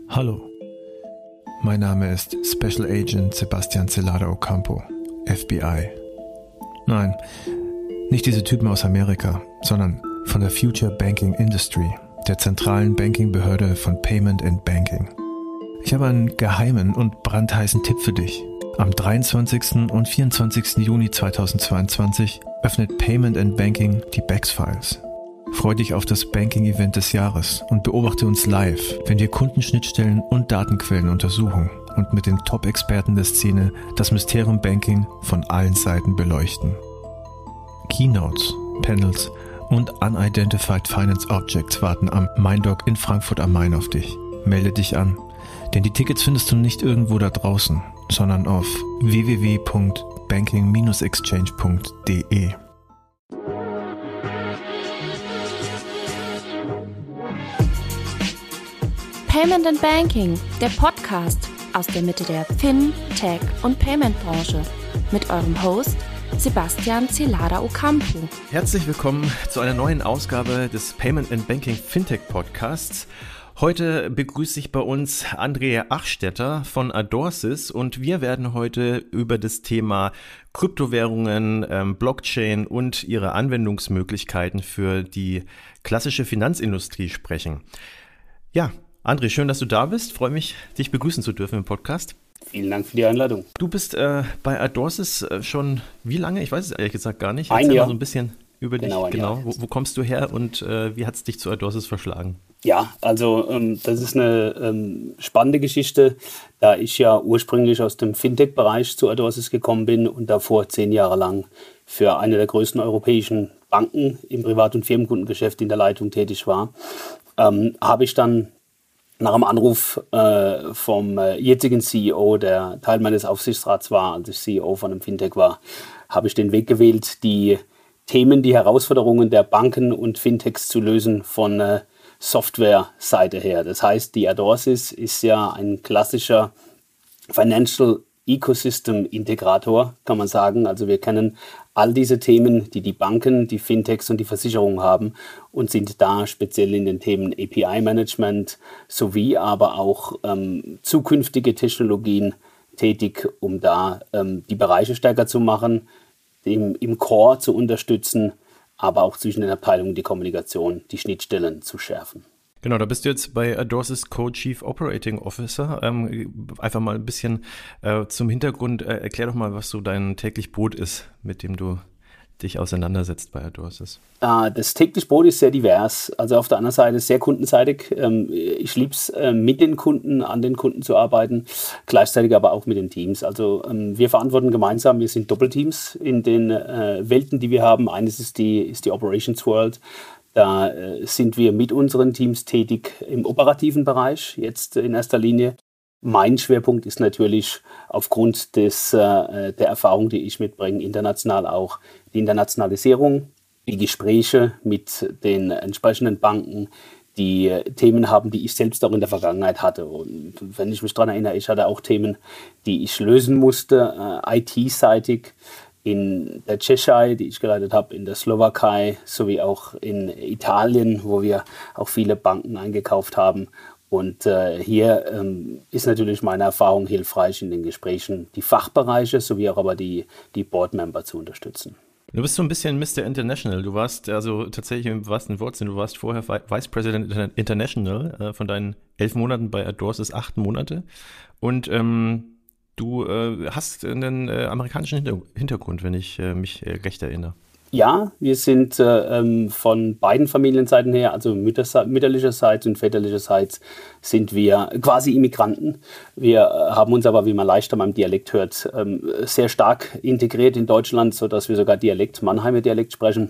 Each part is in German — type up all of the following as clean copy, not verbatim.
Hallo, mein Name ist Special Agent Sebastian Celada Ocampo, FBI. Nein, nicht diese Typen aus Amerika, sondern von der Future Banking Industry, der zentralen Bankingbehörde von Payment and Banking. Ich habe einen geheimen und brandheißen Tipp für dich. Am 23. und 24. Juni 2022 öffnet Payment and Banking die BEX-Files. Freu dich auf das Banking-Event des Jahres und beobachte uns live, wenn wir Kundenschnittstellen und Datenquellen untersuchen und mit den Top-Experten der Szene das Mysterium Banking von allen Seiten beleuchten. Keynotes, Panels und Unidentified Finance Objects warten am MainDoc in Frankfurt am Main auf dich. Melde dich an, denn die Tickets findest du nicht irgendwo da draußen, sondern auf www.banking-exchange.de. Payment and Banking, der Podcast aus der Mitte der Fin-, Tech- und Payment-Branche mit eurem Host Sebastian Celada Ocampo. Herzlich willkommen zu einer neuen Ausgabe des Payment and Banking Fintech Podcasts. Heute begrüße ich bei uns Andrea Achstetter von Adorsis und wir werden heute über das Thema Kryptowährungen, Blockchain und ihre Anwendungsmöglichkeiten für die klassische Finanzindustrie sprechen. Ja, André, schön, dass du da bist. Freue mich, dich begrüßen zu dürfen im Podcast. Vielen Dank für die Einladung. Du bist bei Adorsis schon wie lange? Ich weiß es ehrlich gesagt gar nicht. Erzähl mal so ein bisschen über dich. Genau. Wo kommst du her und wie hat es dich zu Adorsis verschlagen? Ja, also das ist eine spannende Geschichte, da ich ja ursprünglich aus dem Fintech-Bereich zu Adorsis gekommen bin und davor 10 Jahre lang für eine der größten europäischen Banken im Privat- und Firmenkundengeschäft in der Leitung tätig war, habe ich dann nach einem Anruf vom jetzigen CEO, der Teil meines Aufsichtsrats war, als ich CEO von einem Fintech war, habe ich den Weg gewählt, die Themen, die Herausforderungen der Banken und Fintechs zu lösen von Software-Seite her. Das heißt, die Adorsis ist ja ein klassischer Financial Ecosystem Integrator, kann man sagen. Also wir kennen all diese Themen, die die Banken, die Fintechs und die Versicherungen haben und sind da speziell in den Themen API-Management sowie aber auch zukünftige Technologien tätig, um da die Bereiche stärker zu machen, im Core zu unterstützen, aber auch zwischen den Abteilungen die Kommunikation, die Schnittstellen zu schärfen. Genau, da bist du jetzt bei Adorsis Co-Chief Operating Officer. Einfach mal ein bisschen zum Hintergrund. Erklär doch mal, was so dein täglich Brot ist, mit dem du dich auseinandersetzt bei Adorsis. Das täglich Brot ist sehr divers. Also auf der anderen Seite sehr kundenseitig. Ich liebe es, mit den Kunden, an den Kunden zu arbeiten, gleichzeitig aber auch mit den Teams. Also wir verantworten gemeinsam, wir sind Doppelteams in den Welten, die wir haben. Eines ist die Operations World. Da sind wir mit unseren Teams tätig im operativen Bereich, jetzt in erster Linie. Mein Schwerpunkt ist natürlich aufgrund der Erfahrung, die ich mitbringe, international auch die Internationalisierung, die Gespräche mit den entsprechenden Banken, die Themen haben, die ich selbst auch in der Vergangenheit hatte. Und wenn ich mich daran erinnere, ich hatte auch Themen, die ich lösen musste, IT-seitig, in der Tschechei, die ich geleitet habe, in der Slowakei, sowie auch in Italien, wo wir auch viele Banken eingekauft haben. Und hier ist natürlich meine Erfahrung hilfreich in den Gesprächen, die Fachbereiche sowie auch aber die Boardmember zu unterstützen. Du bist so ein bisschen Mr. International. Du warst also tatsächlich im wahrsten Wortsinn, du warst vorher Vice President International, von deinen 11 Monaten bei Adorsis 8 Monate. Und du hast einen amerikanischen Hintergrund, wenn ich mich recht erinnere. Ja, wir sind von beiden Familienseiten her, also mütterlicherseits und väterlicherseits, sind wir quasi Immigranten. Wir haben uns aber, wie man leicht an meinem Dialekt hört, sehr stark integriert in Deutschland, sodass wir sogar Mannheimer Dialekt sprechen.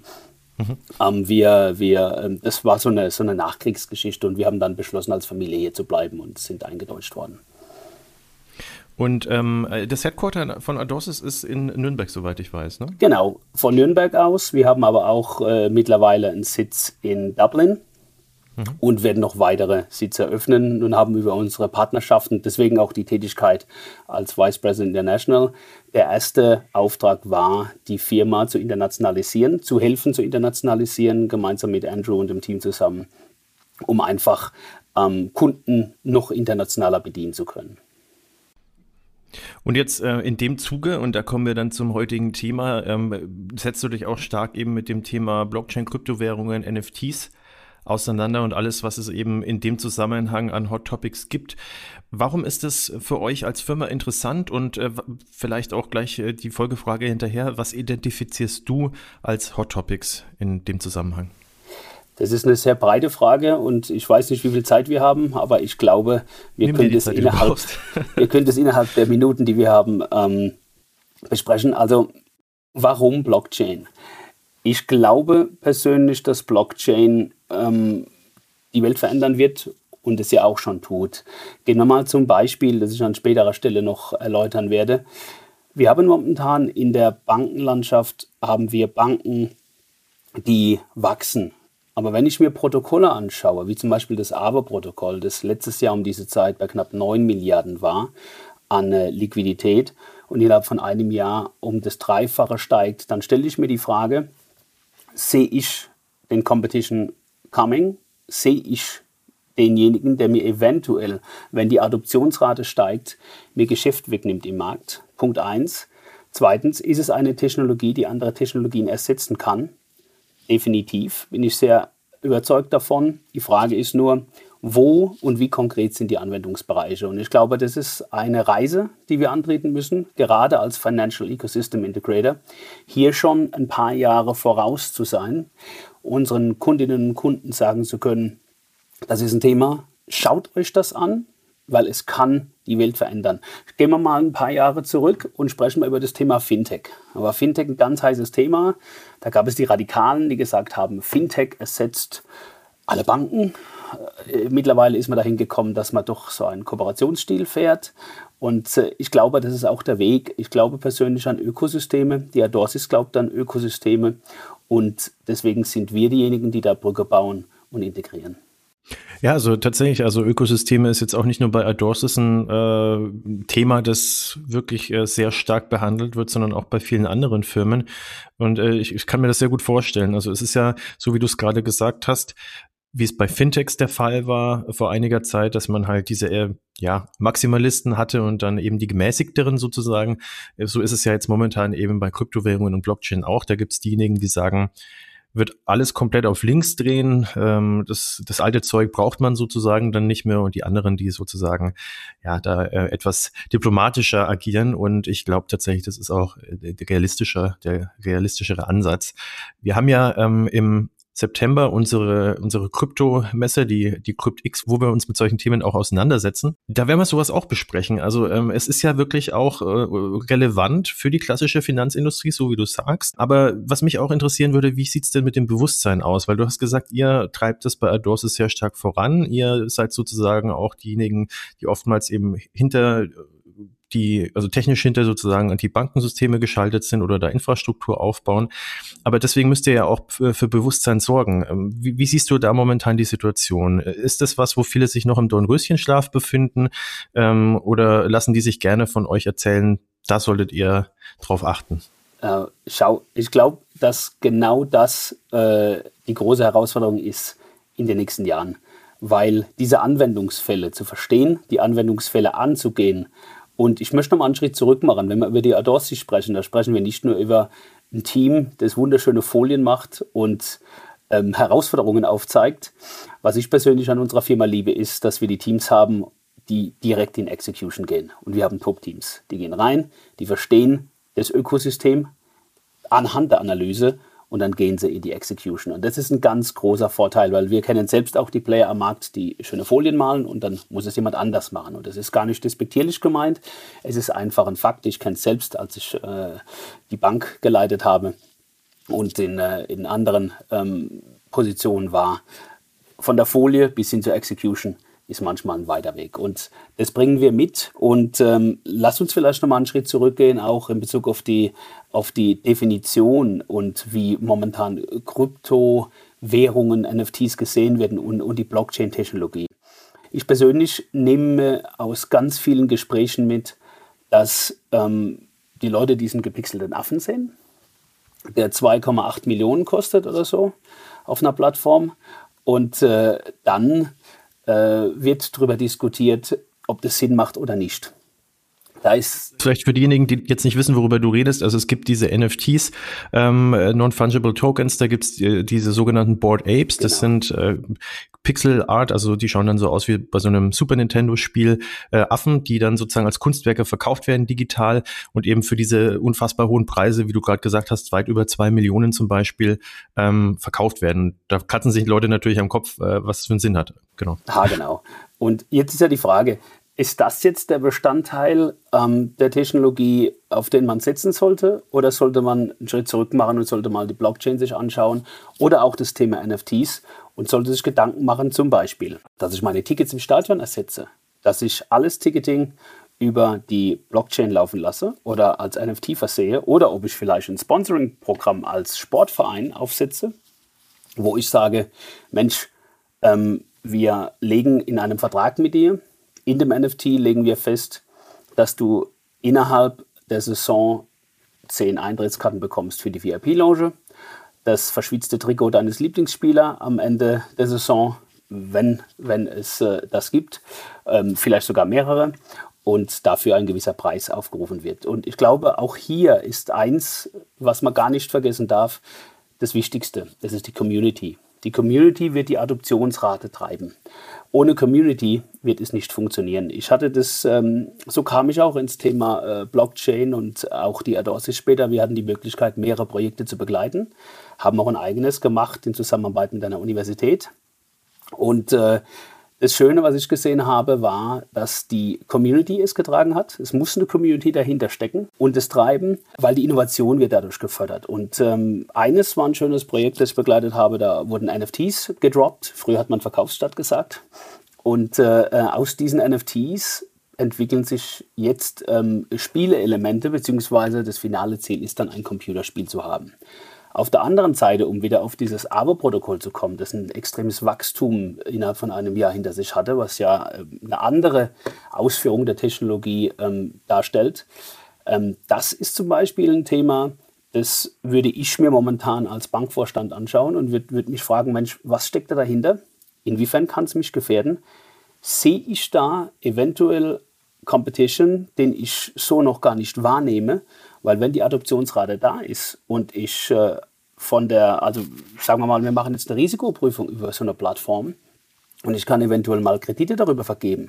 Das war so eine Nachkriegsgeschichte und wir haben dann beschlossen, als Familie hier zu bleiben und sind eingedeutscht worden. Und das Headquarter von Adorsis ist in Nürnberg, soweit ich weiß, ne? Genau, von Nürnberg aus. Wir haben aber auch mittlerweile einen Sitz in Dublin und werden noch weitere Sitze eröffnen und haben über unsere Partnerschaften, deswegen auch die Tätigkeit als Vice President International. Der erste Auftrag war, die Firma zu internationalisieren, zu helfen zu internationalisieren, gemeinsam mit Andrew und dem Team zusammen, um einfach Kunden noch internationaler bedienen zu können. Und jetzt in dem Zuge, und da kommen wir dann zum heutigen Thema, setzt du dich auch stark eben mit dem Thema Blockchain, Kryptowährungen, NFTs auseinander und alles, was es eben in dem Zusammenhang an Hot Topics gibt. Warum ist es für euch als Firma interessant und vielleicht auch gleich die Folgefrage hinterher, was identifizierst du als Hot Topics in dem Zusammenhang? Das ist eine sehr breite Frage und ich weiß nicht, wie viel Zeit wir haben, aber ich glaube, wir können das innerhalb der Minuten, die wir haben, besprechen. Also, warum Blockchain? Ich glaube persönlich, dass Blockchain die Welt verändern wird und es ja auch schon tut. Gehen wir mal zum Beispiel, das ich an späterer Stelle noch erläutern werde. Wir haben momentan in der Bankenlandschaft Banken, die wachsen. Aber wenn ich mir Protokolle anschaue, wie zum Beispiel das AVO-Protokoll, das letztes Jahr um diese Zeit bei knapp 9 Milliarden war an Liquidität und innerhalb von einem Jahr um das Dreifache steigt, dann stelle ich mir die Frage, sehe ich den Competition coming? Sehe ich denjenigen, der mir eventuell, wenn die Adoptionsrate steigt, mir Geschäft wegnimmt im Markt? Punkt 1. Zweitens, ist es eine Technologie, die andere Technologien ersetzen kann? Definitiv, bin ich sehr überzeugt davon. Die Frage ist nur, wo und wie konkret sind die Anwendungsbereiche? Und ich glaube, das ist eine Reise, die wir antreten müssen, gerade als Financial Ecosystem Integrator, hier schon ein paar Jahre voraus zu sein, unseren Kundinnen und Kunden sagen zu können, das ist ein Thema, schaut euch das an, weil es kann die Welt verändern. Gehen wir mal ein paar Jahre zurück und sprechen wir über das Thema Fintech. Aber Fintech ein ganz heißes Thema. Da gab es die Radikalen, die gesagt haben, Fintech ersetzt alle Banken. Mittlerweile ist man dahin gekommen, dass man doch so einen Kooperationsstil fährt. Und ich glaube, das ist auch der Weg. Ich glaube persönlich an Ökosysteme. Die Adorsis glaubt an Ökosysteme. Und deswegen sind wir diejenigen, die da Brücke bauen und integrieren. Ja, also tatsächlich, also Ökosysteme ist jetzt auch nicht nur bei Adorsis ein Thema, das wirklich sehr stark behandelt wird, sondern auch bei vielen anderen Firmen. Und ich kann mir das sehr gut vorstellen. Also es ist ja, so wie du es gerade gesagt hast, wie es bei Fintechs der Fall war vor einiger Zeit, dass man halt diese Maximalisten hatte und dann eben die gemäßigteren sozusagen. So ist es ja jetzt momentan eben bei Kryptowährungen und Blockchain auch. Da gibt es diejenigen, die sagen, wird alles komplett auf links drehen. Das alte Zeug braucht man sozusagen dann nicht mehr und die anderen, die sozusagen da etwas diplomatischer agieren. Und ich glaube tatsächlich, das ist auch der realistischere Ansatz. Wir haben ja im September unsere Kryptomesse, die CryptX, wo wir uns mit solchen Themen auch auseinandersetzen. Da werden wir sowas auch besprechen. Also es ist ja wirklich auch relevant für die klassische Finanzindustrie, so wie du sagst. Aber was mich auch interessieren würde, wie sieht's denn mit dem Bewusstsein aus? Weil du hast gesagt, ihr treibt das bei Adorsis sehr stark voran. Ihr seid sozusagen auch diejenigen, die oftmals eben technisch hinter sozusagen die Bankensysteme geschaltet sind oder da Infrastruktur aufbauen. Aber deswegen müsst ihr ja auch für Bewusstsein sorgen. Wie siehst du da momentan die Situation? Ist das was, wo viele sich noch im Dornröschenschlaf befinden? Oder lassen die sich gerne von euch erzählen, da solltet ihr drauf achten? Ich glaube, dass genau das die große Herausforderung ist in den nächsten Jahren. Weil diese Anwendungsfälle zu verstehen, die Anwendungsfälle anzugehen. Und ich möchte noch mal einen Schritt zurück machen. Wenn wir über die Adorsis sprechen, da sprechen wir nicht nur über ein Team, das wunderschöne Folien macht und Herausforderungen aufzeigt. Was ich persönlich an unserer Firma liebe, ist, dass wir die Teams haben, die direkt in Execution gehen. Und wir haben Top-Teams. Die gehen rein, die verstehen das Ökosystem anhand der Analyse und dann gehen sie in die Execution. Und das ist ein ganz großer Vorteil, weil wir kennen selbst auch die Player am Markt, die schöne Folien malen und dann muss es jemand anders machen. Und das ist gar nicht despektierlich gemeint. Es ist einfach ein Fakt. Ich kenne es selbst, als ich die Bank geleitet habe und in anderen Positionen war. Von der Folie bis hin zur Execution ist manchmal ein weiter Weg. Und das bringen wir mit. Und lass uns vielleicht nochmal einen Schritt zurückgehen, auch in Bezug auf die Definition und wie momentan Kryptowährungen, NFTs gesehen werden und die Blockchain-Technologie. Ich persönlich nehme aus ganz vielen Gesprächen mit, dass die Leute diesen gepixelten Affen sehen, der 2,8 Millionen kostet oder so auf einer Plattform. Und dann wird darüber diskutiert, ob das Sinn macht oder nicht. Da ist vielleicht für diejenigen, die jetzt nicht wissen, worüber du redest, also es gibt diese NFTs, Non-Fungible Tokens, da gibt's diese sogenannten Bored Apes, das sind Pixel Art, also die schauen dann so aus wie bei so einem Super Nintendo Spiel, Affen, die dann sozusagen als Kunstwerke verkauft werden digital und eben für diese unfassbar hohen Preise, wie du gerade gesagt hast, weit über 2 Millionen zum Beispiel, verkauft werden. Da kratzen sich Leute natürlich am Kopf, was es für einen Sinn hat. Genau. Genau. Und jetzt ist ja die Frage, ist das jetzt der Bestandteil der Technologie, auf den man setzen sollte? Oder sollte man einen Schritt zurück machen und sollte mal die Blockchain sich anschauen? Oder auch das Thema NFTs und sollte sich Gedanken machen, zum Beispiel, dass ich meine Tickets im Stadion ersetze, dass ich alles Ticketing über die Blockchain laufen lasse oder als NFT versehe oder ob ich vielleicht ein Sponsoring-Programm als Sportverein aufsetze, wo ich sage, Mensch, wir legen in einem Vertrag mit dir, in dem NFT legen wir fest, dass du innerhalb der Saison 10 Eintrittskarten bekommst für die VIP-Lounge, das verschwitzte Trikot deines Lieblingsspielers am Ende der Saison, wenn es das gibt, vielleicht sogar mehrere, und dafür ein gewisser Preis aufgerufen wird. Und ich glaube, auch hier ist eins, was man gar nicht vergessen darf, das Wichtigste, das ist die Community. Die Community wird die Adoptionsrate treiben. Ohne Community wird es nicht funktionieren. Ich hatte das, so kam ich auch ins Thema Blockchain und auch die Adorsis später. Wir hatten die Möglichkeit, mehrere Projekte zu begleiten, haben auch ein eigenes gemacht in Zusammenarbeit mit einer Universität. Und das Schöne, was ich gesehen habe, war, dass die Community es getragen hat. Es muss eine Community dahinter stecken und es treiben, weil die Innovation wird dadurch gefördert. Und eines war ein schönes Projekt, das ich begleitet habe, da wurden NFTs gedroppt. Früher hat man Verkaufsstadt gesagt. Und aus diesen NFTs entwickeln sich jetzt Spieleelemente, beziehungsweise das finale Ziel ist dann, ein Computerspiel zu haben. Auf der anderen Seite, um wieder auf dieses ABO-Protokoll zu kommen, das ein extremes Wachstum innerhalb von einem Jahr hinter sich hatte, was ja eine andere Ausführung der Technologie darstellt. Das ist zum Beispiel ein Thema, das würde ich mir momentan als Bankvorstand anschauen und würde mich fragen, Mensch, was steckt da dahinter? Inwiefern kann es mich gefährden? Sehe ich da eventuell Competition, den ich so noch gar nicht wahrnehme? Weil wenn die Adoptionsrate da ist und ich also sagen wir mal, wir machen jetzt eine Risikoprüfung über so eine Plattform und ich kann eventuell mal Kredite darüber vergeben,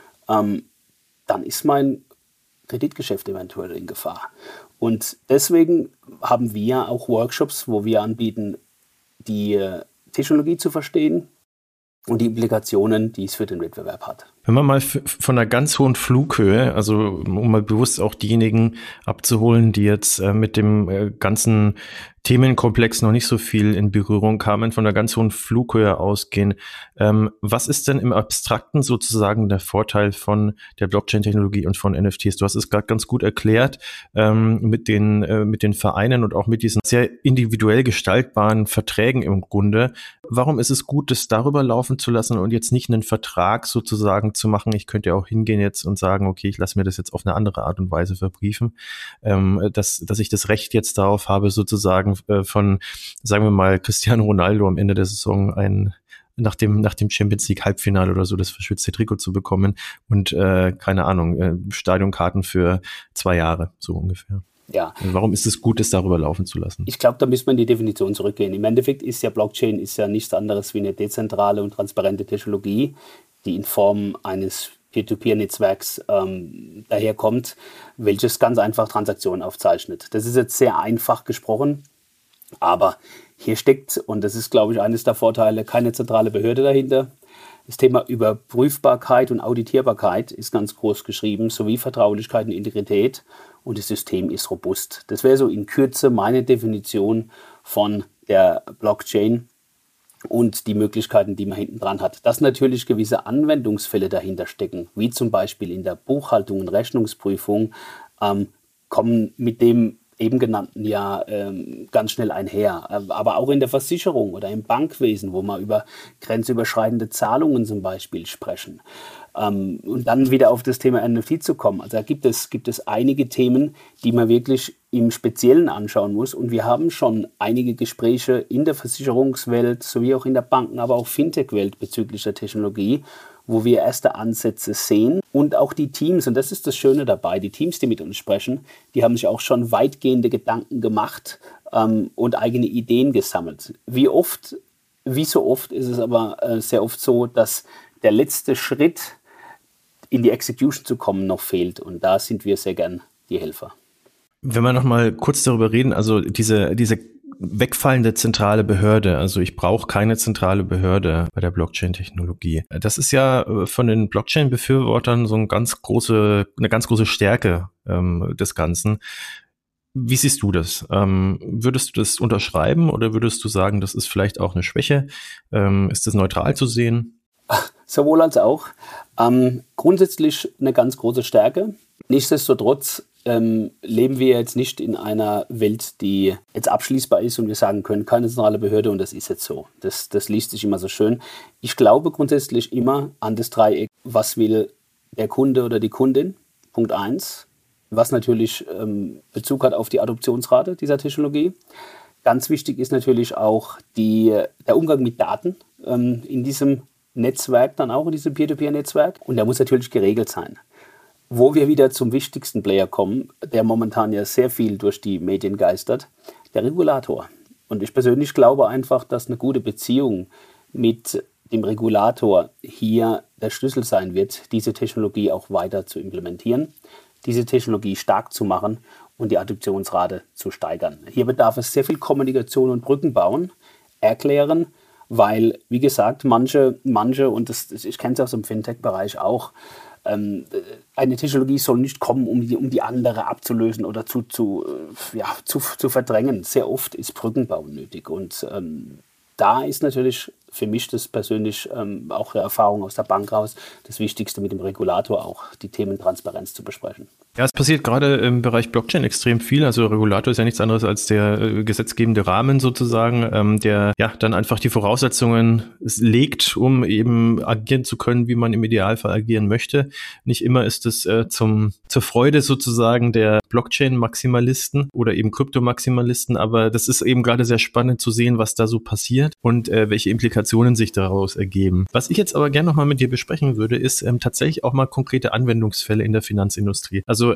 dann ist mein Kreditgeschäft eventuell in Gefahr. Und deswegen haben wir auch Workshops, wo wir anbieten, die Technologie zu verstehen und die Implikationen, die es für den Wettbewerb hat. Wenn man mal von einer ganz hohen Flughöhe, also um mal bewusst auch diejenigen abzuholen, die jetzt mit dem ganzen Themenkomplex noch nicht so viel in Berührung kamen, von einer ganz hohen Flughöhe ausgehen. Was ist denn im Abstrakten sozusagen der Vorteil von der Blockchain-Technologie und von NFTs? Du hast es gerade ganz gut erklärt, mit den Vereinen und auch mit diesen sehr individuell gestaltbaren Verträgen im Grunde. Warum ist es gut, das darüber laufen zu lassen und jetzt nicht einen Vertrag sozusagen zu machen? Ich könnte ja auch hingehen jetzt und sagen, okay, ich lasse mir das jetzt auf eine andere Art und Weise verbriefen, dass ich das Recht jetzt darauf habe, sozusagen von, sagen wir mal, Cristiano Ronaldo am Ende der Saison nach dem Champions League Halbfinale oder so das verschwitzte Trikot zu bekommen und keine Ahnung, Stadionkarten für 2 Jahre, so ungefähr. Ja. Warum ist es gut, das darüber laufen zu lassen? Ich glaube, da müssen wir in die Definition zurückgehen. Im Endeffekt ist ja Blockchain nichts anderes wie eine dezentrale und transparente Technologie, die in Form eines Peer-to-Peer-Netzwerks daherkommt, welches ganz einfach Transaktionen aufzeichnet. Das ist jetzt sehr einfach gesprochen, aber hier steckt, und das ist, glaube ich, eines der Vorteile, keine zentrale Behörde dahinter. Das Thema Überprüfbarkeit und Auditierbarkeit ist ganz groß geschrieben, sowie Vertraulichkeit und Integrität, und das System ist robust. Das wäre so in Kürze meine Definition von der Blockchain und die Möglichkeiten, die man hinten dran hat. Dass natürlich gewisse Anwendungsfälle dahinter stecken, wie zum Beispiel in der Buchhaltung und Rechnungsprüfung, kommen mit dem eben genannten ja ganz schnell einher. Aber auch in der Versicherung oder im Bankwesen, wo wir über grenzüberschreitende Zahlungen zum Beispiel sprechen. Und dann wieder auf das Thema NFT zu kommen. Also da gibt es einige Themen, die man wirklich im Speziellen anschauen muss. Und wir haben schon einige Gespräche in der Versicherungswelt sowie auch in der Banken-, aber auch Fintech-Welt bezüglich der Technologie, wo wir erste Ansätze sehen. Und auch die Teams, und das ist das Schöne dabei, die Teams, die mit uns sprechen, die haben sich auch schon weitgehende Gedanken gemacht und eigene Ideen gesammelt. Wie so oft ist es aber sehr oft so, dass der letzte Schritt in die Execution zu kommen noch fehlt. Und da sind wir sehr gern die Helfer. Wenn wir noch mal kurz darüber reden, also diese wegfallende zentrale Behörde, also ich brauche keine zentrale Behörde bei der Blockchain-Technologie. Das ist ja von den Blockchain-Befürwortern so eine ganz große Stärke des Ganzen. Wie siehst du das? Würdest du das unterschreiben oder würdest du sagen, das ist vielleicht auch eine Schwäche? Ist das neutral zu sehen? Sowohl als auch. Grundsätzlich eine ganz große Stärke. Nichtsdestotrotz leben wir jetzt nicht in einer Welt, die jetzt abschließbar ist und wir sagen können, keine zentrale Behörde und das ist jetzt so. Das liest sich immer so schön. Ich glaube grundsätzlich immer an das Dreieck, was will der Kunde oder die Kundin, Punkt 1, was natürlich Bezug hat auf die Adoptionsrate dieser Technologie. Ganz wichtig ist natürlich auch der Umgang mit Daten in diesem Netzwerk, dann auch in diesem Peer-to-Peer-Netzwerk und der muss natürlich geregelt sein. Wo wir wieder zum wichtigsten Player kommen, der momentan ja sehr viel durch die Medien geistert, der Regulator. Und ich persönlich glaube einfach, dass eine gute Beziehung mit dem Regulator hier der Schlüssel sein wird, diese Technologie auch weiter zu implementieren, diese Technologie stark zu machen und die Adoptionsrate zu steigern. Hier bedarf es sehr viel Kommunikation und Brücken bauen, erklären, weil, wie gesagt, manche und ich kenne es aus dem Fintech-Bereich auch, eine Technologie soll nicht kommen, um die andere abzulösen oder zu verdrängen. Sehr oft ist Brückenbau nötig. Und da ist natürlich für mich das persönlich auch der Erfahrung aus der Bank raus das Wichtigste mit dem Regulator auch, die Themen Transparenz zu besprechen. Ja, es passiert gerade im Bereich Blockchain extrem viel. Also Regulator ist ja nichts anderes als der gesetzgebende Rahmen sozusagen, der ja dann einfach die Voraussetzungen legt, um eben agieren zu können, wie man im Idealfall agieren möchte. Nicht immer ist es zur Freude sozusagen der Blockchain-Maximalisten oder eben Krypto-Maximalisten, aber das ist eben gerade sehr spannend zu sehen, was da so passiert und welche Implikationen sich daraus ergeben. Was ich jetzt aber gerne nochmal mit dir besprechen würde, ist tatsächlich auch mal konkrete Anwendungsfälle in der Finanzindustrie. Also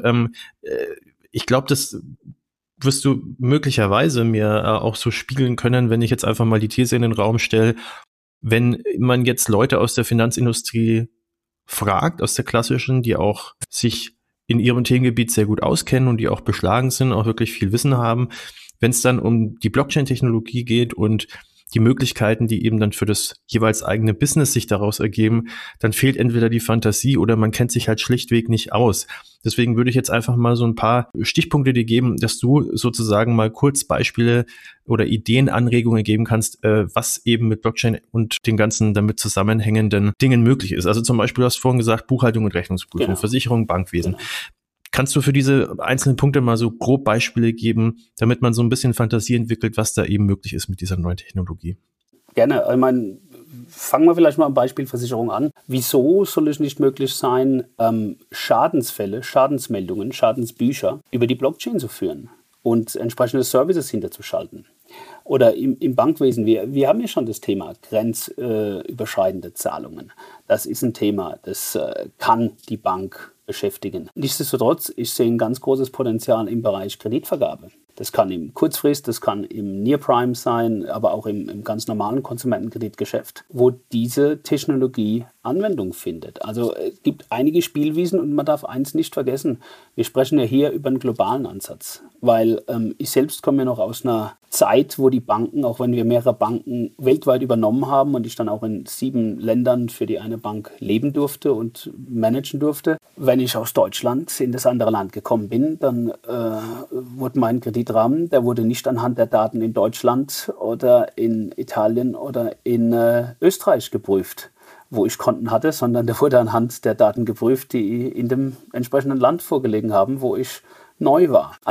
ich glaube, das wirst du möglicherweise mir auch so spiegeln können, wenn ich jetzt einfach mal die These in den Raum stelle, wenn man jetzt Leute aus der Finanzindustrie fragt, aus der klassischen, die auch sich in ihrem Themengebiet sehr gut auskennen und die auch beschlagen sind, auch wirklich viel Wissen haben, wenn es dann um die Blockchain-Technologie geht und die Möglichkeiten, die eben dann für das jeweils eigene Business sich daraus ergeben, dann fehlt entweder die Fantasie oder man kennt sich halt schlichtweg nicht aus. Deswegen würde ich jetzt einfach mal so ein paar Stichpunkte dir geben, dass du sozusagen mal kurz Beispiele oder Ideen, Anregungen geben kannst, was eben mit Blockchain und den ganzen damit zusammenhängenden Dingen möglich ist. Also zum Beispiel, du hast vorhin gesagt, Buchhaltung und Rechnungsprüfung, genau. Versicherung, Bankwesen. Genau. Kannst du für diese einzelnen Punkte mal so grob Beispiele geben, damit man so ein bisschen Fantasie entwickelt, was da eben möglich ist mit dieser neuen Technologie? Gerne. Ich meine, fangen wir vielleicht mal am Beispiel Versicherung an. Wieso soll es nicht möglich sein, Schadensfälle, Schadensmeldungen, Schadensbücher über die Blockchain zu führen und entsprechende Services hinterzuschalten? Oder im Bankwesen, wir haben ja schon das Thema grenzüberschreitende Zahlungen. Das ist ein Thema, das kann die Bank beschäftigen. Nichtsdestotrotz, ich sehe ein ganz großes Potenzial im Bereich Kreditvergabe. Das kann im Kurzfrist, das kann im Near Prime sein, aber auch im ganz normalen Konsumentenkreditgeschäft, wo diese Technologie Anwendung findet. Also es gibt einige Spielwiesen und man darf eins nicht vergessen, wir sprechen ja hier über einen globalen Ansatz, weil ich selbst komme ja noch aus einer Zeit, wo die Banken, auch wenn wir mehrere Banken weltweit übernommen haben und ich dann auch in 7 Ländern für die eine Bank leben durfte und managen durfte, wenn ich aus Deutschland in das andere Land gekommen bin, dann wurde mein Kreditrahmen, der wurde nicht anhand der Daten in Deutschland oder in Italien oder in Österreich geprüft, wo ich Konten hatte, sondern der wurde anhand der Daten geprüft, die in dem entsprechenden Land vorgelegen haben, wo ich neu war. Also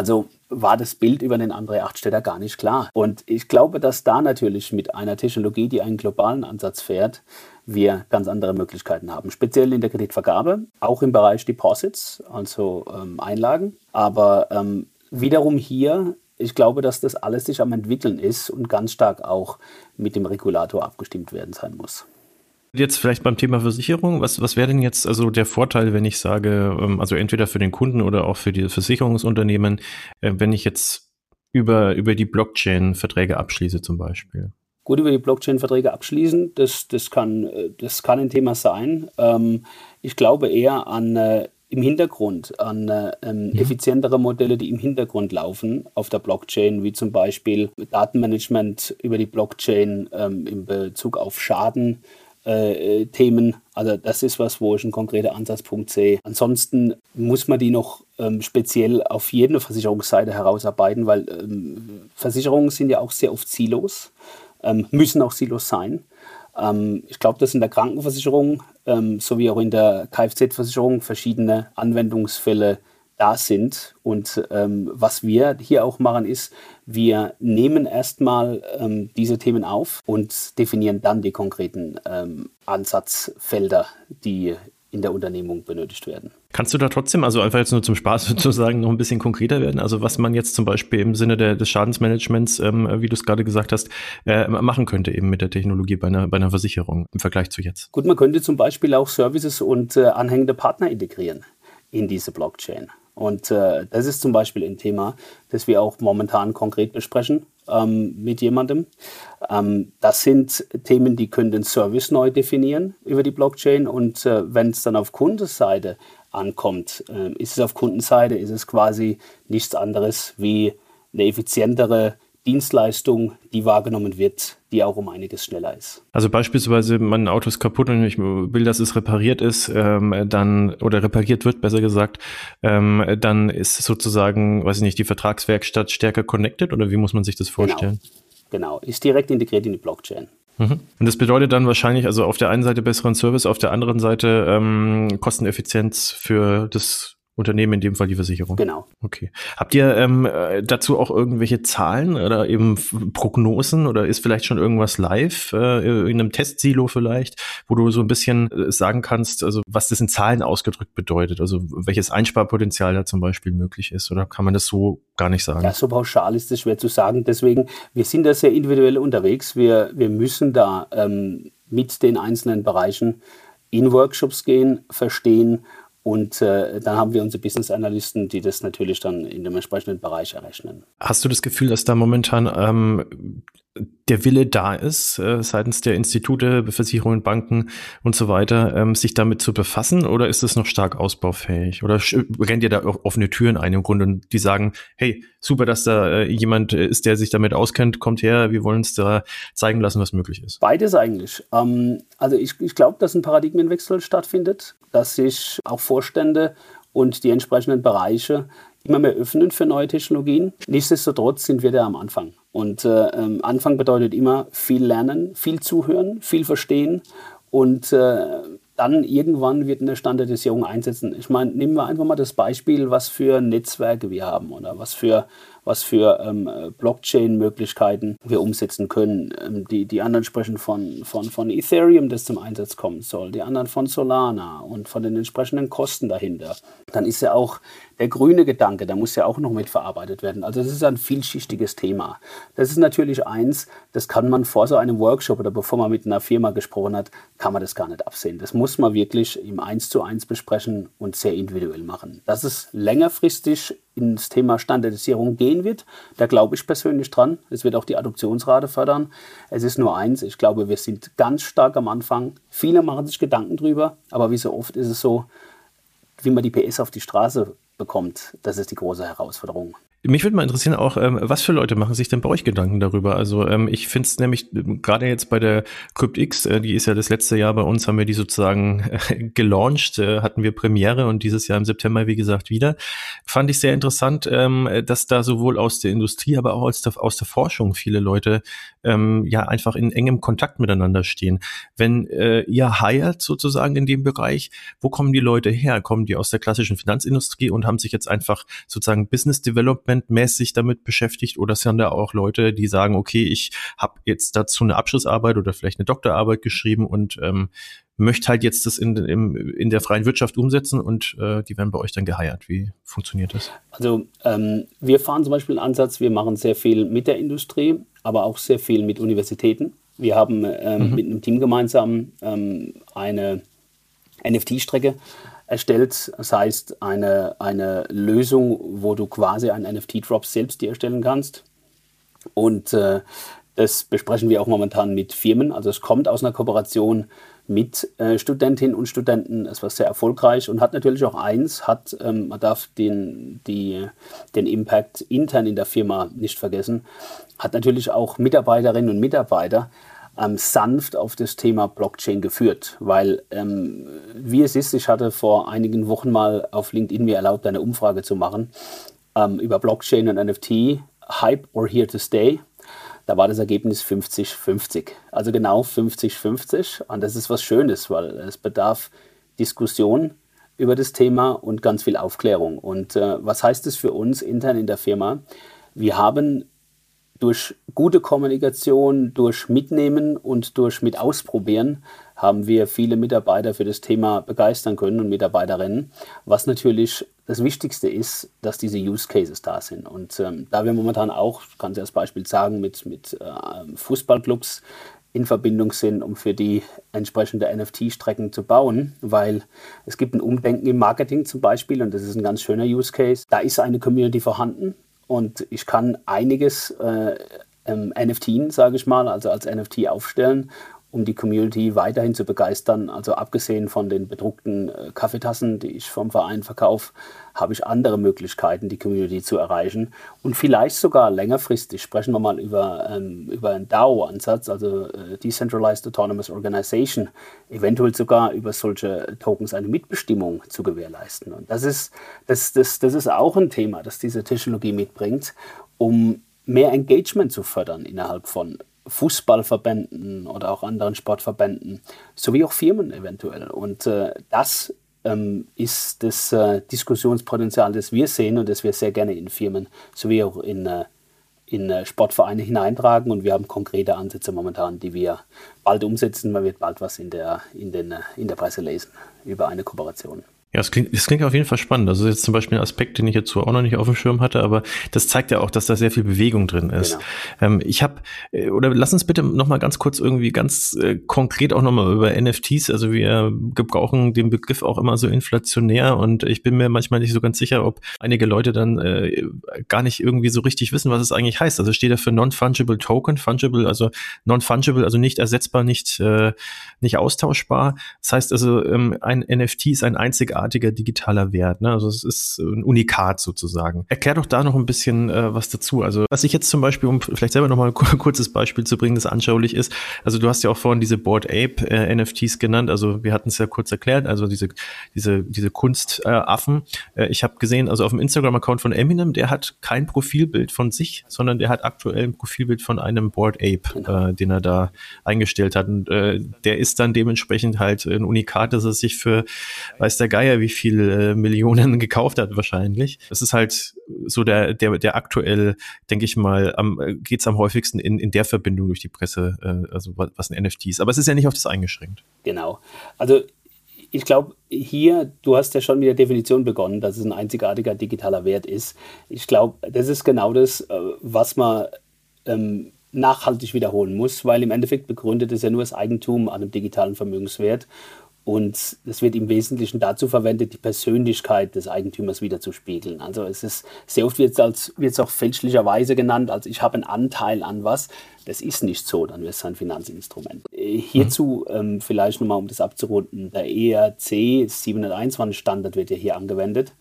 war das Bild über den André Achtstädter gar nicht klar. Und ich glaube, dass da natürlich mit einer Technologie, die einen globalen Ansatz fährt, wir ganz andere Möglichkeiten haben. Speziell in der Kreditvergabe, auch im Bereich Deposits, also Einlagen. Aber wiederum hier, ich glaube, dass das alles sich am entwickeln ist und ganz stark auch mit dem Regulator abgestimmt werden sein muss. Jetzt vielleicht beim Thema Versicherung, was wäre denn jetzt also der Vorteil, wenn ich sage, also entweder für den Kunden oder auch für die Versicherungsunternehmen, wenn ich jetzt über die Blockchain Verträge abschließe zum Beispiel? Gut, über die Blockchain-Verträge abschließen, das kann ein Thema sein. Ich glaube eher im Hintergrund an effizientere Modelle, die im Hintergrund laufen auf der Blockchain, wie zum Beispiel Datenmanagement über die Blockchain in Bezug auf Schadenthemen. Also das ist was, wo ich einen konkreten Ansatzpunkt sehe. Ansonsten muss man die noch speziell auf jede Versicherungsseite herausarbeiten, weil Versicherungen sind ja auch sehr oft Silos. Müssen auch Silos sein. Ich glaube, dass in der Krankenversicherung sowie auch in der Kfz-Versicherung verschiedene Anwendungsfälle da sind. Und was wir hier auch machen, ist, wir nehmen erstmal diese Themen auf und definieren dann die konkreten Ansatzfelder, die in der Unternehmung benötigt werden. Kannst du da trotzdem, also einfach jetzt nur zum Spaß sozusagen, noch ein bisschen konkreter werden? Also was man jetzt zum Beispiel im Sinne des Schadensmanagements, wie du es gerade gesagt hast, machen könnte eben mit der Technologie bei einer Versicherung im Vergleich zu jetzt? Gut, man könnte zum Beispiel auch Services und anhängende Partner integrieren in diese Blockchain. Und das ist zum Beispiel ein Thema, das wir auch momentan konkret besprechen mit jemandem. Das sind Themen, die können den Service neu definieren über die Blockchain. Und wenn es dann auf Kundenseite ankommt, ist es auf Kundenseite, ist es quasi nichts anderes wie eine effizientere Dienstleistung, die wahrgenommen wird, die auch um einiges schneller ist. Also beispielsweise mein Auto ist kaputt und ich will, dass es repariert ist, oder repariert wird, besser gesagt, dann ist sozusagen, weiß ich nicht, die Vertragswerkstatt stärker connected oder wie muss man sich das vorstellen? Genau. Ist direkt integriert in die Blockchain. Und das bedeutet dann wahrscheinlich, also auf der einen Seite besseren Service, auf der anderen Seite Kosteneffizienz für das Unternehmen, in dem Fall die Versicherung. Genau. Okay. Habt ihr dazu auch irgendwelche Zahlen oder eben Prognosen oder ist vielleicht schon irgendwas live, in einem Testsilo vielleicht, wo du so ein bisschen sagen kannst, also was das in Zahlen ausgedrückt bedeutet, also welches Einsparpotenzial da zum Beispiel möglich ist oder kann man das so gar nicht sagen? Ja, so pauschal ist es schwer zu sagen. Deswegen, wir sind da sehr individuell unterwegs. Wir müssen da mit den einzelnen Bereichen in Workshops gehen, verstehen. Und dann haben wir unsere Business-Analysten, die das natürlich dann in dem entsprechenden Bereich errechnen. Hast du das Gefühl, dass da momentan der Wille da ist, seitens der Institute, Versicherungen, Banken und so weiter, sich damit zu befassen? Oder ist es noch stark ausbaufähig? Oder rennt ihr da offene Türen ein im Grunde und die sagen, hey, super, dass da jemand ist, der sich damit auskennt, kommt her, wir wollen uns da zeigen lassen, was möglich ist? Beides eigentlich. Also ich glaube, dass ein Paradigmenwechsel stattfindet, dass sich auch Vorstände und die entsprechenden Bereiche immer mehr öffnen für neue Technologien. Nichtsdestotrotz sind wir da am Anfang. Und Anfang bedeutet immer viel lernen, viel zuhören, viel verstehen und dann irgendwann wird eine Standardisierung einsetzen. Ich meine, nehmen wir einfach mal das Beispiel, was für Netzwerke wir haben oder was für Blockchain-Möglichkeiten wir umsetzen können. Die anderen sprechen von Ethereum, das zum Einsatz kommen soll, die anderen von Solana und von den entsprechenden Kosten dahinter. Dann ist ja auch der grüne Gedanke, der muss ja auch noch mitverarbeitet werden. Also das ist ein vielschichtiges Thema. Das ist natürlich eins, das kann man vor so einem Workshop oder bevor man mit einer Firma gesprochen hat, kann man das gar nicht absehen. Das muss man wirklich im 1:1 besprechen und sehr individuell machen. Dass es längerfristig ins Thema Standardisierung gehen wird, da glaube ich persönlich dran. Es wird auch die Adoptionsrate fördern. Es ist nur eins, ich glaube, wir sind ganz stark am Anfang. Viele machen sich Gedanken drüber, aber wie so oft ist es so, wie man die PS auf die Straße bekommt, das ist die große Herausforderung. Mich würde mal interessieren auch, was für Leute machen sich denn bei euch Gedanken darüber? Also ich finde es nämlich gerade jetzt bei der CryptX, die ist ja das letzte Jahr bei uns, haben wir die sozusagen gelauncht, hatten wir Premiere und dieses Jahr im September, wie gesagt, wieder. Fand ich sehr interessant, dass da sowohl aus der Industrie, aber auch aus der Forschung viele Leute ja einfach in engem Kontakt miteinander stehen. Wenn ihr hired sozusagen in dem Bereich, wo kommen die Leute her? Kommen die aus der klassischen Finanzindustrie und haben sich jetzt einfach sozusagen Business Development development-mäßig damit beschäftigt oder sind da auch Leute, die sagen, okay, ich habe jetzt dazu eine Abschlussarbeit oder vielleicht eine Doktorarbeit geschrieben und möchte halt jetzt das in der freien Wirtschaft umsetzen und die werden bei euch dann geheiert. Wie funktioniert das? Also wir fahren zum Beispiel einen Ansatz, wir machen sehr viel mit der Industrie, aber auch sehr viel mit Universitäten. Wir haben mit einem Team gemeinsam eine NFT-Strecke erstellt. Das heißt, eine Lösung, wo du quasi einen NFT-Drop selbst dir erstellen kannst. Und das besprechen wir auch momentan mit Firmen. Also es kommt aus einer Kooperation mit Studentinnen und Studenten. Es war sehr erfolgreich und hat natürlich auch man darf den Impact intern in der Firma nicht vergessen, hat natürlich auch Mitarbeiterinnen und Mitarbeiter sanft auf das Thema Blockchain geführt, weil wie es ist, ich hatte vor einigen Wochen mal auf LinkedIn mir erlaubt, eine Umfrage zu machen über Blockchain und NFT, Hype or Here to Stay. Da war das Ergebnis 50-50, also genau 50-50 und das ist was Schönes, weil es bedarf Diskussion über das Thema und ganz viel Aufklärung. Und was heißt das für uns intern in der Firma? Wir haben durch gute Kommunikation, durch Mitnehmen und durch mit Ausprobieren haben wir viele Mitarbeiter für das Thema begeistern können und Mitarbeiterinnen. Was natürlich das Wichtigste ist, dass diese Use Cases da sind. Und da wir momentan auch, ich kann es als Beispiel sagen, mit Fußballclubs in Verbindung sind, um für die entsprechende NFT-Strecken zu bauen, weil es gibt ein Umdenken im Marketing zum Beispiel und das ist ein ganz schöner Use Case. Da ist eine Community vorhanden. Und ich kann einiges NFTen, sage ich mal, also als NFT aufstellen, um die Community weiterhin zu begeistern. Also abgesehen von den bedruckten Kaffeetassen, die ich vom Verein verkaufe, habe ich andere Möglichkeiten, die Community zu erreichen. Und vielleicht sogar längerfristig sprechen wir mal über einen DAO-Ansatz, also Decentralized Autonomous Organization, eventuell sogar über solche Tokens eine Mitbestimmung zu gewährleisten. Und das ist auch ein Thema, das diese Technologie mitbringt, um mehr Engagement zu fördern innerhalb von Fußballverbänden oder auch anderen Sportverbänden, sowie auch Firmen eventuell. Und das ist das Diskussionspotenzial, das wir sehen und das wir sehr gerne in Firmen sowie auch in Sportvereine hineintragen. Und wir haben konkrete Ansätze momentan, die wir bald umsetzen. Man wird bald was in der Presse lesen über eine Kooperation. Ja, das klingt auf jeden Fall spannend. Also jetzt zum Beispiel ein Aspekt, den ich jetzt so auch noch nicht auf dem Schirm hatte, aber das zeigt ja auch, dass da sehr viel Bewegung drin ist. Genau. Lass uns bitte nochmal ganz kurz irgendwie ganz konkret auch nochmal über NFTs, also wir gebrauchen den Begriff auch immer so inflationär und ich bin mir manchmal nicht so ganz sicher, ob einige Leute dann gar nicht irgendwie so richtig wissen, was es eigentlich heißt. Also steht da für Non-Fungible Token, Fungible, also Non-Fungible, also nicht ersetzbar, nicht austauschbar. Das heißt also, ein NFT ist ein einzigartiger digitaler Wert, ne? Also es ist ein Unikat sozusagen. Erklär doch da noch ein bisschen was dazu. Also was ich jetzt zum Beispiel, um vielleicht selber noch mal ein kurzes Beispiel zu bringen, das anschaulich ist, also du hast ja auch vorhin diese Bored Ape NFTs genannt, also wir hatten es ja kurz erklärt, also diese Kunstaffen. Ich habe gesehen, also auf dem Instagram-Account von Eminem, der hat kein Profilbild von sich, sondern der hat aktuell ein Profilbild von einem Bored Ape, den er da eingestellt hat. Und der ist dann dementsprechend halt ein Unikat, dass er sich für, weiß der Geier, wie viel Millionen gekauft hat wahrscheinlich. Das ist halt so der aktuell, denke ich mal, geht's am häufigsten in der Verbindung durch die Presse, also was ein NFT ist. Aber es ist ja nicht auf das eingeschränkt. Genau. Also ich glaube, hier, du hast ja schon mit der Definition begonnen, dass es ein einzigartiger digitaler Wert ist. Ich glaube, das ist genau das, was man nachhaltig wiederholen muss, weil im Endeffekt begründet es ja nur das Eigentum an einem digitalen Vermögenswert. Und es wird im Wesentlichen dazu verwendet, die Persönlichkeit des Eigentümers wiederzuspiegeln. Also es ist sehr oft wird es auch fälschlicherweise genannt, als ich habe einen Anteil an was. Das ist nicht so, dann wäre es ein Finanzinstrument. Hierzu vielleicht nochmal, um das abzurunden, der ERC 721 Standard wird ja hier angewendet.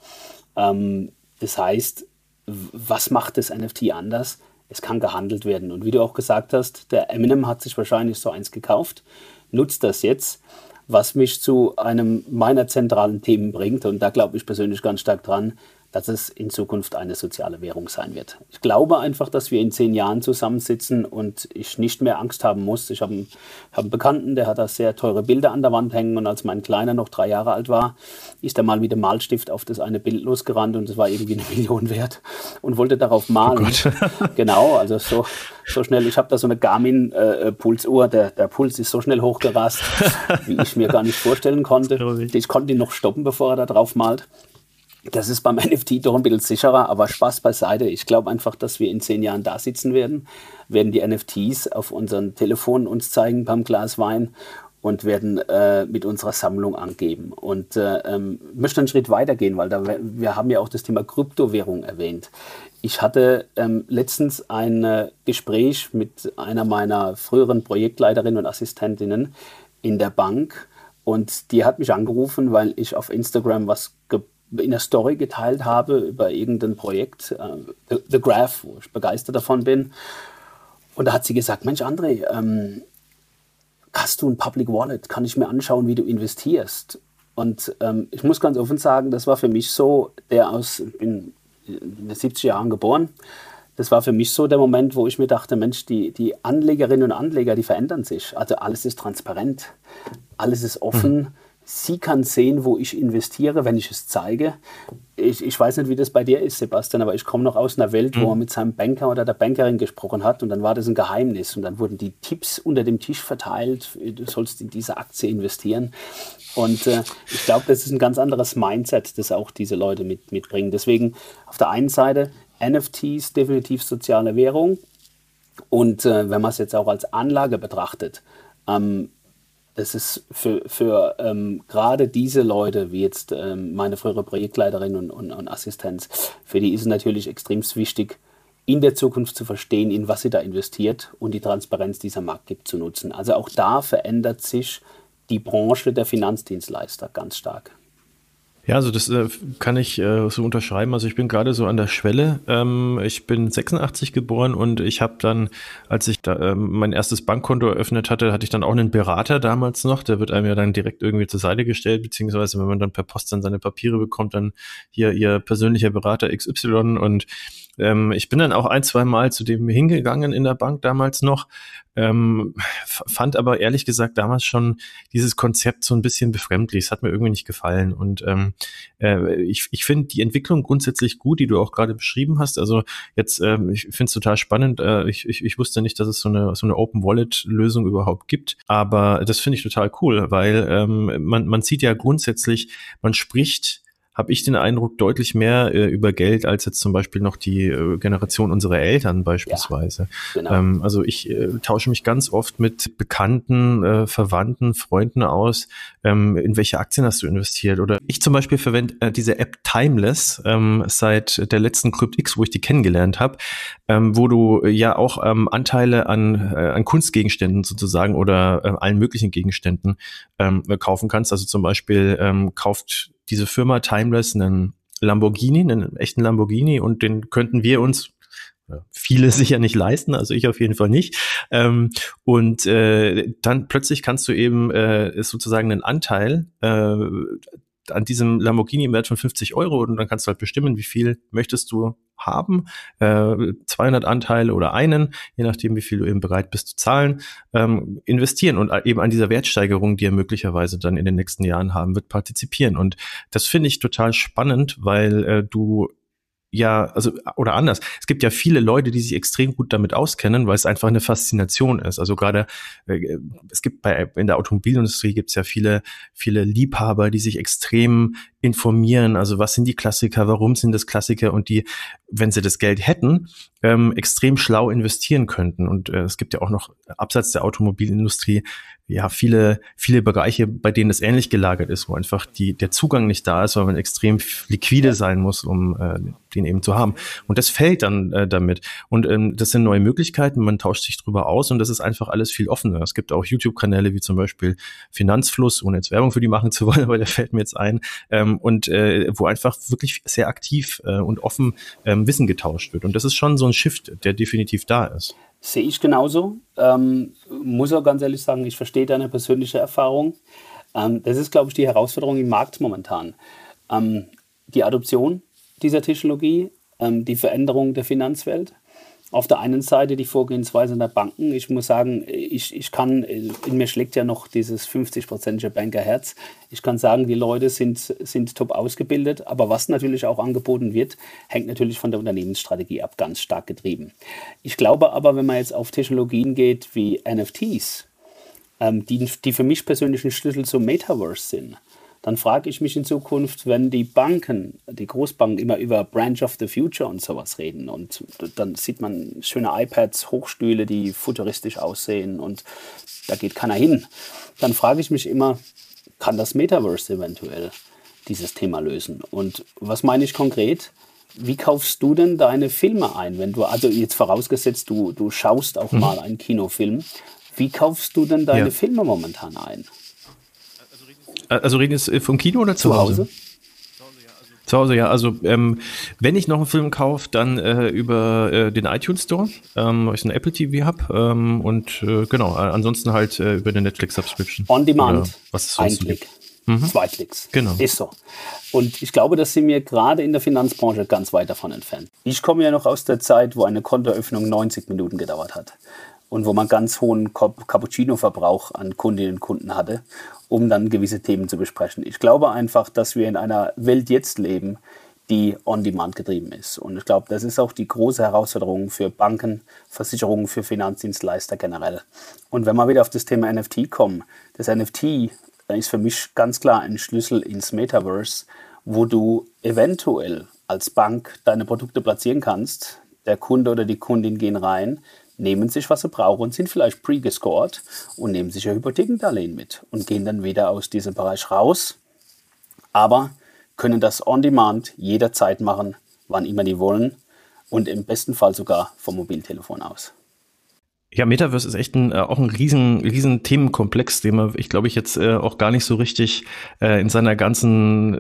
Das heißt, was macht das NFT anders? Es kann gehandelt werden. Und wie du auch gesagt hast, der Eminem hat sich wahrscheinlich so eins gekauft, nutzt das jetzt. Was mich zu einem meiner zentralen Themen bringt, und da glaube ich persönlich ganz stark dran, dass es in Zukunft eine soziale Währung sein wird. Ich glaube einfach, dass wir in 10 Jahren zusammensitzen und ich nicht mehr Angst haben muss. Ich habe einen Bekannten, der hat da sehr teure Bilder an der Wand hängen und als mein Kleiner noch 3 Jahre alt war, ist er mal mit dem Malstift auf das eine Bild losgerannt und es war irgendwie 1 Million wert und wollte darauf malen. Oh Genau, also so schnell. Ich habe da so eine Garmin-Pulsuhr, der Puls ist so schnell hochgerast, wie ich mir gar nicht vorstellen konnte. Ich konnte ihn noch stoppen, bevor er da drauf malt. Das ist beim NFT doch ein bisschen sicherer, aber Spaß beiseite. Ich glaube einfach, dass wir in 10 Jahren da sitzen werden die NFTs auf unseren Telefonen uns zeigen beim Glas Wein und werden mit unserer Sammlung angeben. Und möchte einen Schritt weiter gehen, weil wir haben ja auch das Thema Kryptowährung erwähnt. Ich hatte letztens ein Gespräch mit einer meiner früheren Projektleiterinnen und Assistentinnen in der Bank und die hat mich angerufen, weil ich auf Instagram was in der Story geteilt habe über irgendein Projekt, The Graph, wo ich begeistert davon bin. Und da hat sie gesagt, Mensch André, hast du ein Public Wallet? Kann ich mir anschauen, wie du investierst? Und ich muss ganz offen sagen, das war für mich so, ich bin in den 70er Jahren geboren, das war für mich so der Moment, wo ich mir dachte, Mensch, die Anlegerinnen und Anleger, die verändern sich. Also alles ist transparent, alles ist offen. Sie kann sehen, wo ich investiere, wenn ich es zeige. Ich weiß nicht, wie das bei dir ist, Sebastian, aber ich komme noch aus einer Welt, wo man mit seinem Banker oder der Bankerin gesprochen hat und dann war das ein Geheimnis und dann wurden die Tipps unter dem Tisch verteilt, du sollst in diese Aktie investieren. Und ich glaube, das ist ein ganz anderes Mindset, das auch diese Leute mitbringen. Deswegen auf der einen Seite NFTs, definitiv soziale Währung und wenn man es jetzt auch als Anlage betrachtet, das ist für gerade diese Leute, wie jetzt meine frühere Projektleiterin und Assistenz, für die ist es natürlich extrem wichtig, in der Zukunft zu verstehen, in was sie da investiert und die Transparenz, die es am Markt gibt, zu nutzen. Also auch da verändert sich die Branche der Finanzdienstleister ganz stark. Ja, also das kann ich so unterschreiben. Also ich bin gerade so an der Schwelle. Ich bin 86 geboren und ich habe dann, als ich da mein erstes Bankkonto eröffnet hatte, hatte ich dann auch einen Berater damals noch. Der wird einem ja dann direkt irgendwie zur Seite gestellt, beziehungsweise wenn man dann per Post dann seine Papiere bekommt, dann hier Ihr persönlicher Berater XY. Und ich bin dann auch 1-2 Mal zu dem hingegangen in der Bank damals noch, fand aber ehrlich gesagt damals schon dieses Konzept so ein bisschen befremdlich. Es hat mir irgendwie nicht gefallen und ich finde die Entwicklung grundsätzlich gut, die du auch gerade beschrieben hast. Also jetzt, ich finde es total spannend. Ich wusste nicht, dass es so eine Open-Wallet-Lösung überhaupt gibt, aber das finde ich total cool, weil man sieht ja grundsätzlich, man spricht, habe ich den Eindruck, deutlich mehr über Geld als jetzt zum Beispiel noch die Generation unserer Eltern beispielsweise. Ja, genau. Also ich tausche mich ganz oft mit Bekannten, Verwandten, Freunden aus, in welche Aktien hast du investiert? Oder ich zum Beispiel verwende diese App Timeless seit der letzten CryptX, wo ich die kennengelernt habe, wo du ja auch Anteile an Kunstgegenständen sozusagen oder allen möglichen Gegenständen kaufen kannst. Also zum Beispiel kauft diese Firma Timeless einen echten Lamborghini und den könnten wir uns viele sicher nicht leisten, also ich auf jeden Fall nicht. Und dann plötzlich kannst du eben sozusagen einen Anteil an diesem Lamborghini im Wert von 50 € und dann kannst du halt bestimmen, wie viel möchtest du haben, 200 Anteile oder einen, je nachdem, wie viel du eben bereit bist zu zahlen, investieren und eben an dieser Wertsteigerung, die er möglicherweise dann in den nächsten Jahren haben wird, partizipieren. Und das finde ich total spannend, weil du ja, also, oder anders. Es gibt ja viele Leute, die sich extrem gut damit auskennen, weil es einfach eine Faszination ist. Also gerade, es gibt in der Automobilindustrie gibt es ja viele Liebhaber, die sich extrem informieren. Also was sind die Klassiker, warum sind das Klassiker und die, wenn sie das Geld hätten, extrem schlau investieren könnten. Und es gibt ja auch noch abseits der Automobilindustrie ja viele Bereiche, bei denen es ähnlich gelagert ist, wo einfach der Zugang nicht da ist, weil man extrem liquide sein muss, um den eben zu haben. Und das fällt dann damit. Und das sind neue Möglichkeiten, man tauscht sich drüber aus und das ist einfach alles viel offener. Es gibt auch YouTube-Kanäle wie zum Beispiel Finanzfluss, ohne jetzt Werbung für die machen zu wollen, aber der fällt mir jetzt ein, und wo einfach wirklich sehr aktiv und offen Wissen getauscht wird. Und das ist schon so ein Shift, der definitiv da ist. Sehe ich genauso. Muss auch ganz ehrlich sagen, ich verstehe deine persönliche Erfahrung. Das ist, glaube ich, die Herausforderung im Markt momentan. Die Adoption dieser Technologie, die Veränderung der Finanzwelt. Auf der einen Seite die Vorgehensweise der Banken. Ich muss sagen, in mir schlägt ja noch dieses 50%ige Bankerherz. Ich kann sagen, die Leute sind top ausgebildet, aber was natürlich auch angeboten wird, hängt natürlich von der Unternehmensstrategie ab, ganz stark getrieben. Ich glaube aber, wenn man jetzt auf Technologien geht wie NFTs, die für mich persönlich ein Schlüssel zum Metaverse sind, dann frage ich mich in Zukunft, wenn die Banken, die Großbanken immer über Branch of the Future und sowas reden und dann sieht man schöne iPads, Hochstühle, die futuristisch aussehen und da geht keiner hin. Dann frage ich mich immer, kann das Metaverse eventuell dieses Thema lösen? Und was meine ich konkret? Wie kaufst du denn deine Filme ein? Wenn du, also jetzt vorausgesetzt, du schaust auch mal einen Kinofilm, wie kaufst du denn deine Filme momentan ein? Also reden jetzt vom Kino oder zu Hause? Zu Hause, ja. Also wenn ich noch einen Film kaufe, dann über den iTunes Store, weil ich einen Apple TV habe und genau, ansonsten halt über eine Netflix-Subscription. On Demand, ein Klick, 2 Klicks. Genau. Ist so. Und ich glaube, das sind wir gerade in der Finanzbranche ganz weit davon entfernt. Ich komme ja noch aus der Zeit, wo eine Kontoeröffnung 90 Minuten gedauert hat. Und wo man ganz hohen Cappuccino-Verbrauch an Kundinnen und Kunden hatte, um dann gewisse Themen zu besprechen. Ich glaube einfach, dass wir in einer Welt jetzt leben, die on-demand getrieben ist. Und ich glaube, das ist auch die große Herausforderung für Banken, Versicherungen, für Finanzdienstleister generell. Und wenn wir wieder auf das Thema NFT kommen, das NFT ist für mich ganz klar ein Schlüssel ins Metaverse, wo du eventuell als Bank deine Produkte platzieren kannst. Der Kunde oder die Kundin gehen rein, nehmen sich, was sie brauchen und sind vielleicht pre-gescored und nehmen sich ein Hypothekendarlehen mit und gehen dann wieder aus diesem Bereich raus, aber können das on-demand jederzeit machen, wann immer die wollen und im besten Fall sogar vom Mobiltelefon aus. Ja, Metaverse ist echt auch ein riesen Themenkomplex, den man, ich glaube, jetzt auch gar nicht so richtig in seinem ganzen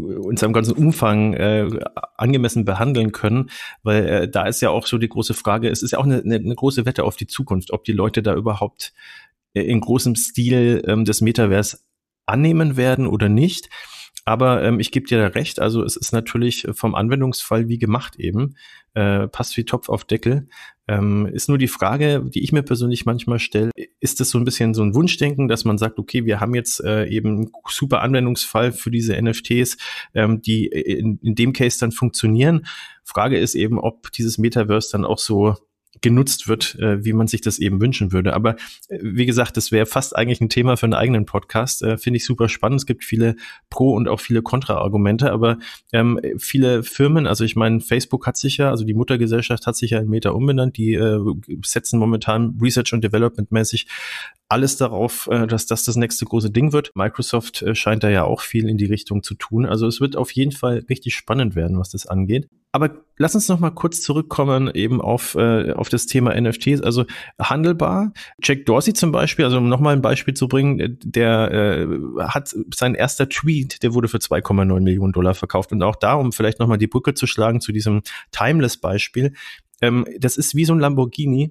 Umfang angemessen behandeln können, weil da ist ja auch so die große Frage, es ist ja auch eine große Wette auf die Zukunft, ob die Leute da überhaupt in großem Stil das Metaverse annehmen werden oder nicht. Aber ich gebe dir da recht, also es ist natürlich vom Anwendungsfall wie gemacht eben, passt wie Topf auf Deckel. Ist nur die Frage, die ich mir persönlich manchmal stelle, ist das so ein bisschen so ein Wunschdenken, dass man sagt, okay, wir haben jetzt eben einen super Anwendungsfall für diese NFTs, die in dem Case dann funktionieren. Frage ist eben, ob dieses Metaverse dann auch so genutzt wird, wie man sich das eben wünschen würde. Aber wie gesagt, das wäre fast eigentlich ein Thema für einen eigenen Podcast. Finde ich super spannend. Es gibt viele Pro- und auch viele Kontra-Argumente, aber viele Firmen, also ich meine, Facebook hat sich ja, also die Muttergesellschaft hat sich ja in Meta umbenannt, die setzen momentan Research und Development mäßig alles darauf, dass das nächste große Ding wird. Microsoft scheint da ja auch viel in die Richtung zu tun. Also es wird auf jeden Fall richtig spannend werden, was das angeht. Aber lass uns noch mal kurz zurückkommen eben auf das Thema NFTs. Also handelbar. Jack Dorsey zum Beispiel, also um noch mal ein Beispiel zu bringen, der hat sein erster Tweet, der wurde für $2,9 Millionen verkauft. Und auch da, um vielleicht noch mal die Brücke zu schlagen zu diesem Timeless-Beispiel, das ist wie so ein Lamborghini.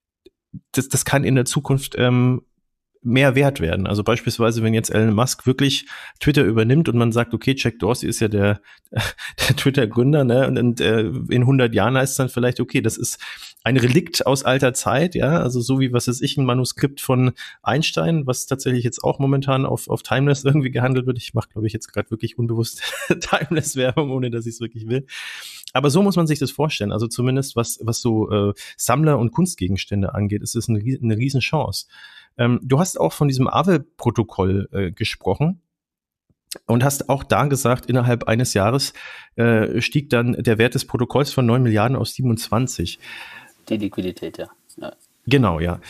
Das kann in der Zukunft mehr wert werden. Also beispielsweise, wenn jetzt Elon Musk wirklich Twitter übernimmt und man sagt, okay, Jack Dorsey ist ja der Twitter-Gründer, ne? Und in 100 Jahren heißt es dann vielleicht, okay, das ist ein Relikt aus alter Zeit, ja, also so wie, was weiß ich, ein Manuskript von Einstein, was tatsächlich jetzt auch momentan auf Timeless irgendwie gehandelt wird. Ich mache, glaube ich, jetzt gerade wirklich unbewusst Timeless-Werbung, ohne dass ich es wirklich will. Aber so muss man sich das vorstellen. Also zumindest was so Sammler- und Kunstgegenstände angeht, ist es eine Riesenchance. Du hast auch von diesem Aave-Protokoll gesprochen und hast auch da gesagt, innerhalb eines Jahres stieg dann der Wert des Protokolls von 9 Milliarden auf 27. Die Liquidität, ja. Genau, ja.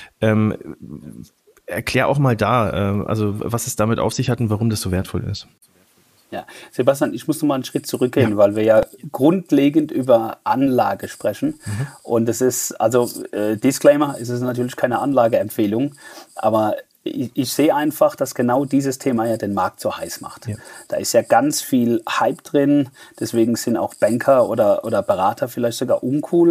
Erklär auch mal da, also was es damit auf sich hat und warum das so wertvoll ist. Ja, Sebastian, ich muss noch mal einen Schritt zurückgehen, weil wir ja grundlegend über Anlage sprechen. Und es ist, also Disclaimer, es ist natürlich keine Anlageempfehlung, aber ich sehe einfach, dass genau dieses Thema ja den Markt so heiß macht. Ja. Da ist ja ganz viel Hype drin, deswegen sind auch Banker oder Berater vielleicht sogar uncool.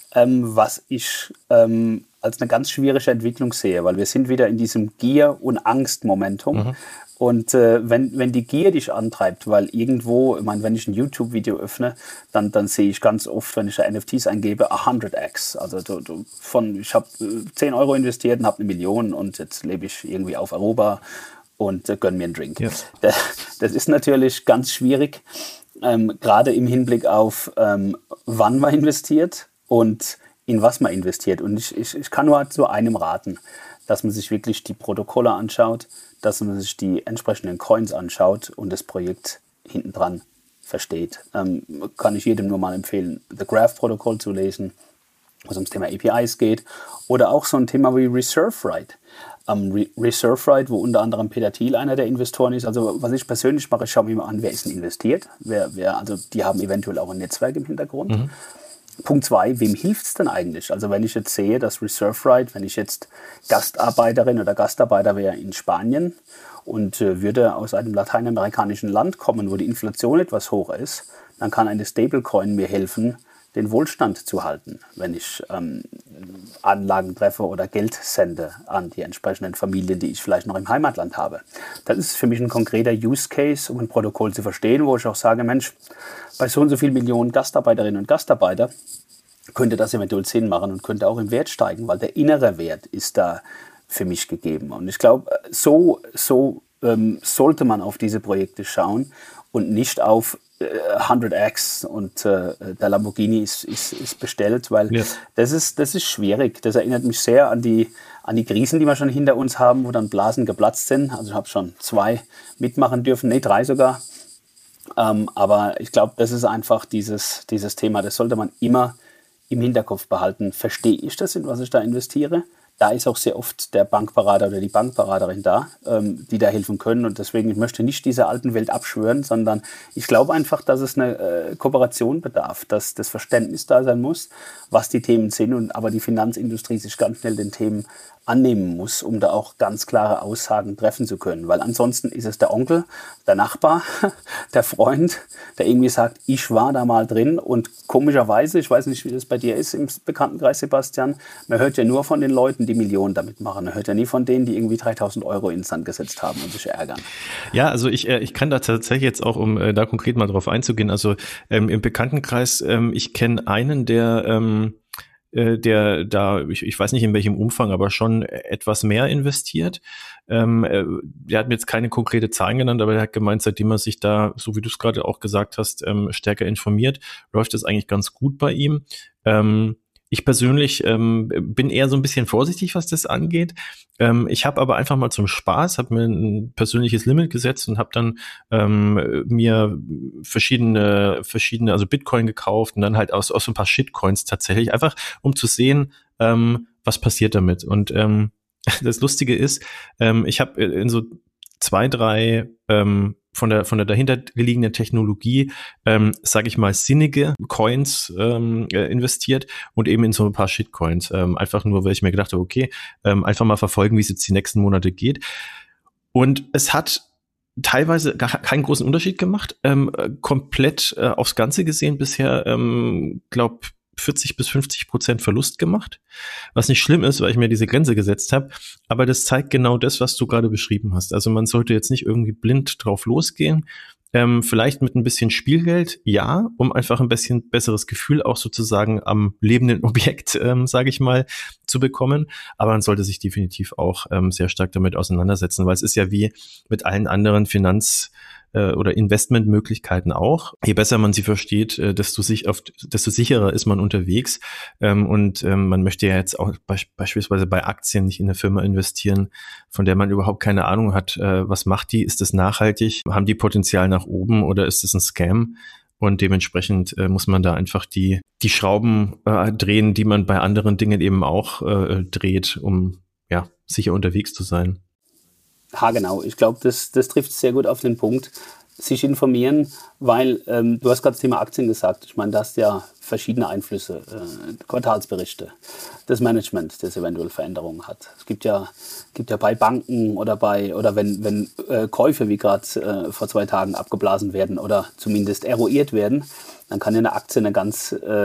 was ich als eine ganz schwierige Entwicklung sehe, weil wir sind wieder in diesem Gier- und Angst-Momentum. Und wenn die Gier dich antreibt, weil irgendwo, ich meine, wenn ich ein YouTube-Video öffne, dann sehe ich ganz oft, wenn ich da NFTs eingebe, 100x. Also ich habe 10 Euro investiert und habe 1 Million und jetzt lebe ich irgendwie auf Aruba und gönne mir einen Drink. Ja. Das ist natürlich ganz schwierig, gerade im Hinblick auf, wann man investiert und in was man investiert. Und ich kann nur zu einem raten, dass man sich wirklich die Protokolle anschaut, dass man sich die entsprechenden Coins anschaut und das Projekt hinten dran versteht. Kann ich jedem nur mal empfehlen, The Graph-Protokoll zu lesen, wo es ums Thema APIs geht. Oder auch so ein Thema wie Reserve Right. Reserve Right, wo unter anderem Peter Thiel einer der Investoren ist. Also was ich persönlich mache, ich schaue mir mal an, wer ist denn investiert. Also die haben eventuell auch ein Netzwerk im Hintergrund. Punkt 2, wem hilft es denn eigentlich? Also wenn ich jetzt sehe, dass Reserve Right, wenn ich jetzt Gastarbeiterin oder Gastarbeiter wäre in Spanien und würde aus einem lateinamerikanischen Land kommen, wo die Inflation etwas hoch ist, dann kann eine Stablecoin mir helfen, den Wohlstand zu halten, wenn ich Anlagen treffe oder Geld sende an die entsprechenden Familien, die ich vielleicht noch im Heimatland habe. Das ist für mich ein konkreter Use Case, um ein Protokoll zu verstehen, wo ich auch sage, Mensch, bei so und so vielen Millionen Gastarbeiterinnen und Gastarbeiter könnte das eventuell Sinn machen und könnte auch im Wert steigen, weil der innere Wert ist da für mich gegeben. Und ich glaube, so sollte man auf diese Projekte schauen und nicht auf 100x und der Lamborghini ist bestellt, weil das ist schwierig. Das erinnert mich sehr an die Krisen, die wir schon hinter uns haben, wo dann Blasen geplatzt sind. Also ich habe schon 2 mitmachen dürfen, 3 sogar. Aber ich glaube, das ist einfach dieses Thema, das sollte man immer im Hinterkopf behalten. Verstehe ich das, in was ich da investiere? Da ist auch sehr oft der Bankberater oder die Bankberaterin da, die da helfen können. Und deswegen, ich möchte nicht dieser alten Welt abschwören, sondern ich glaube einfach, dass es eine Kooperation bedarf, dass das Verständnis da sein muss, was die Themen sind, aber die Finanzindustrie sich ganz schnell den Themen annehmen muss, um da auch ganz klare Aussagen treffen zu können. Weil ansonsten ist es der Onkel, der Nachbar, der Freund, der irgendwie sagt, ich war da mal drin. Und komischerweise, ich weiß nicht, wie das bei dir ist im Bekanntenkreis, Sebastian, man hört ja nur von den Leuten, die Millionen damit machen. Man hört ja nie von denen, die irgendwie 3.000 Euro ins Sand gesetzt haben und sich ärgern. Ja, also ich kann da tatsächlich jetzt auch, um da konkret mal drauf einzugehen, also im Bekanntenkreis, ich kenne einen, der da, ich weiß nicht in welchem Umfang, aber schon etwas mehr investiert. Der hat mir jetzt keine konkrete Zahlen genannt, aber er hat gemeint, seitdem er sich da, so wie du es gerade auch gesagt hast, stärker informiert, läuft es eigentlich ganz gut bei ihm. Ich persönlich bin eher so ein bisschen vorsichtig, was das angeht. Ich habe aber einfach mal zum Spaß, habe mir ein persönliches Limit gesetzt und habe dann mir verschiedene, also Bitcoin gekauft und dann halt aus so ein paar Shitcoins tatsächlich, einfach um zu sehen, was passiert damit. Und das Lustige ist, ich habe in so 2, 3 von der dahinterliegenden Technologie, sage ich mal, sinnige Coins investiert und eben in so ein paar Shitcoins. Einfach nur, weil ich mir gedacht habe, okay, einfach mal verfolgen, wie es jetzt die nächsten Monate geht. Und es hat teilweise gar keinen großen Unterschied gemacht. Komplett aufs Ganze gesehen bisher, glaube 40-50% Verlust gemacht, was nicht schlimm ist, weil ich mir diese Grenze gesetzt habe, aber das zeigt genau das, was du gerade beschrieben hast. Also man sollte jetzt nicht irgendwie blind drauf losgehen, vielleicht mit ein bisschen Spielgeld, ja, um einfach ein bisschen besseres Gefühl auch sozusagen am lebenden Objekt, sage ich mal, zu bekommen, aber man sollte sich definitiv auch sehr stark damit auseinandersetzen, weil es ist ja wie mit allen anderen oder Investmentmöglichkeiten auch. Je besser man sie versteht, desto sicherer ist man unterwegs. Und man möchte ja jetzt auch beispielsweise bei Aktien nicht in eine Firma investieren, von der man überhaupt keine Ahnung hat, was macht die? Ist das nachhaltig? Haben die Potenzial nach oben oder ist das ein Scam? Und dementsprechend muss man da einfach die Schrauben drehen, die man bei anderen Dingen eben auch dreht, um ja sicher unterwegs zu sein. Ja, genau. Ich glaube, das trifft sehr gut auf den Punkt. Sich informieren, weil du hast gerade das Thema Aktien gesagt. Ich meine, da hast ja verschiedene Einflüsse, Quartalsberichte, das Management, das eventuell Veränderungen hat. Es gibt ja bei Banken oder wenn Käufe wie gerade vor 2 Tagen abgeblasen werden oder zumindest eruiert werden, dann kann ja eine Aktie eine ganz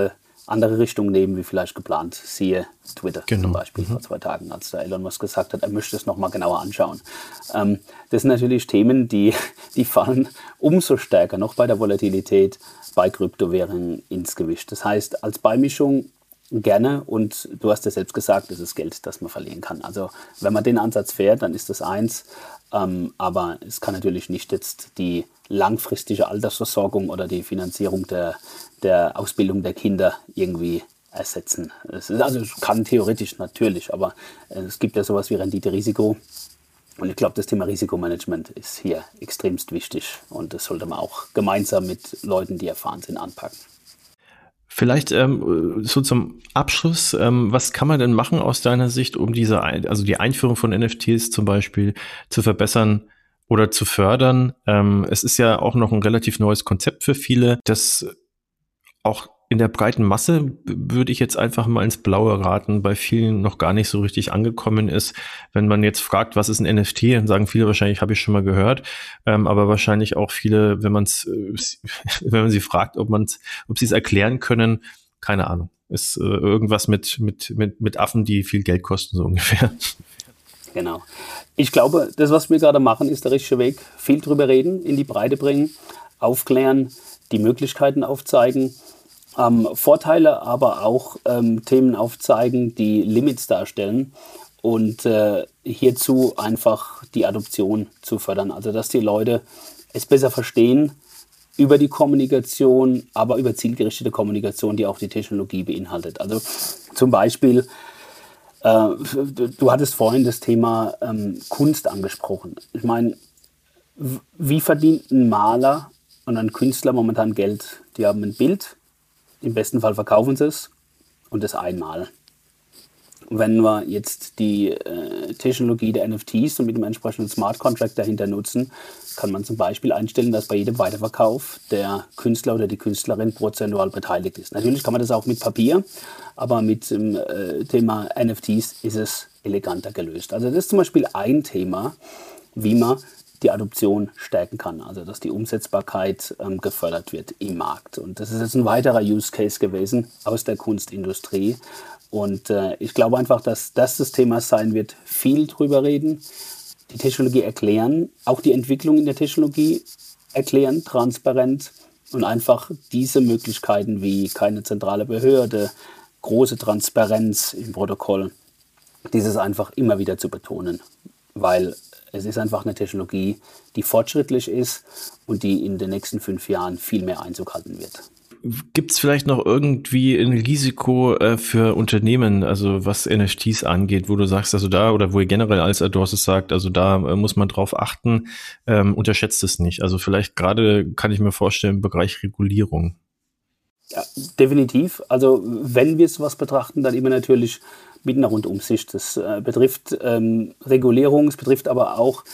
andere Richtung nehmen, wie vielleicht geplant. Siehe Twitter zum Beispiel vor 2 Tagen, als der Elon Musk gesagt hat, er möchte es nochmal genauer anschauen. Das sind natürlich Themen, die fallen umso stärker noch bei der Volatilität bei Kryptowährungen ins Gewicht. Das heißt, als Beimischung gerne, und du hast ja selbst gesagt, das ist Geld, das man verlieren kann. Also wenn man den Ansatz fährt, dann ist das eins, aber es kann natürlich nicht jetzt die langfristige Altersversorgung oder die Finanzierung der Ausbildung der Kinder irgendwie ersetzen. Es kann theoretisch natürlich, aber es gibt ja sowas wie Rendite-Risiko. Und ich glaube, das Thema Risikomanagement ist hier extremst wichtig und das sollte man auch gemeinsam mit Leuten, die erfahren sind, anpacken. Vielleicht so zum Abschluss, was kann man denn machen aus deiner Sicht, um die Einführung von NFTs zum Beispiel zu verbessern oder zu fördern? Es ist ja auch noch ein relativ neues Konzept für viele, das auch in der breiten Masse, würde ich jetzt einfach mal ins Blaue raten, bei vielen noch gar nicht so richtig angekommen ist. Wenn man jetzt fragt, was ist ein NFT, dann sagen viele wahrscheinlich, habe ich schon mal gehört, aber wahrscheinlich auch viele, wenn man sie fragt, ob sie es erklären können, keine Ahnung, ist irgendwas mit Affen, die viel Geld kosten, so ungefähr. Genau. Ich glaube, das, was wir gerade machen, ist der richtige Weg. Viel drüber reden, in die Breite bringen, aufklären, die Möglichkeiten aufzeigen, Vorteile, aber auch Themen aufzeigen, die Limits darstellen und hierzu einfach die Adoption zu fördern. Also dass die Leute es besser verstehen über die Kommunikation, aber über zielgerichtete Kommunikation, die auch die Technologie beinhaltet. Also zum Beispiel, du hattest vorhin das Thema Kunst angesprochen. Ich meine, wie verdient ein Maler und ein Künstler momentan Geld? Die haben ein Bild, im besten Fall verkaufen sie es und das einmal. Wenn wir jetzt die Technologie der NFTs und mit dem entsprechenden Smart Contract dahinter nutzen, kann man zum Beispiel einstellen, dass bei jedem Weiterverkauf der Künstler oder die Künstlerin prozentual beteiligt ist. Natürlich kann man das auch mit Papier, aber mit dem Thema NFTs ist es eleganter gelöst. Also das ist zum Beispiel ein Thema, wie man die Adoption stärken kann, also dass die Umsetzbarkeit gefördert wird im Markt. Und das ist jetzt ein weiterer Use Case gewesen aus der Kunstindustrie. Und ich glaube einfach, dass das Thema sein wird, viel drüber reden, die Technologie erklären, auch die Entwicklung in der Technologie erklären, transparent und einfach diese Möglichkeiten wie keine zentrale Behörde, große Transparenz im Protokoll, dieses einfach immer wieder zu betonen, weil es ist einfach eine Technologie, die fortschrittlich ist und die in den nächsten 5 Jahren viel mehr Einzug halten wird. Gibt es vielleicht noch irgendwie ein Risiko für Unternehmen, also was NFTs angeht, wo du sagst, also da, oder wo ihr generell als Adorsis sagt, also da muss man drauf achten, unterschätzt es nicht. Also vielleicht gerade kann ich mir vorstellen, im Bereich Regulierung. Ja, definitiv. Also wenn wir sowas betrachten, dann immer natürlich mit einer Rundumsicht. Das betrifft Regulierung, es betrifft aber auch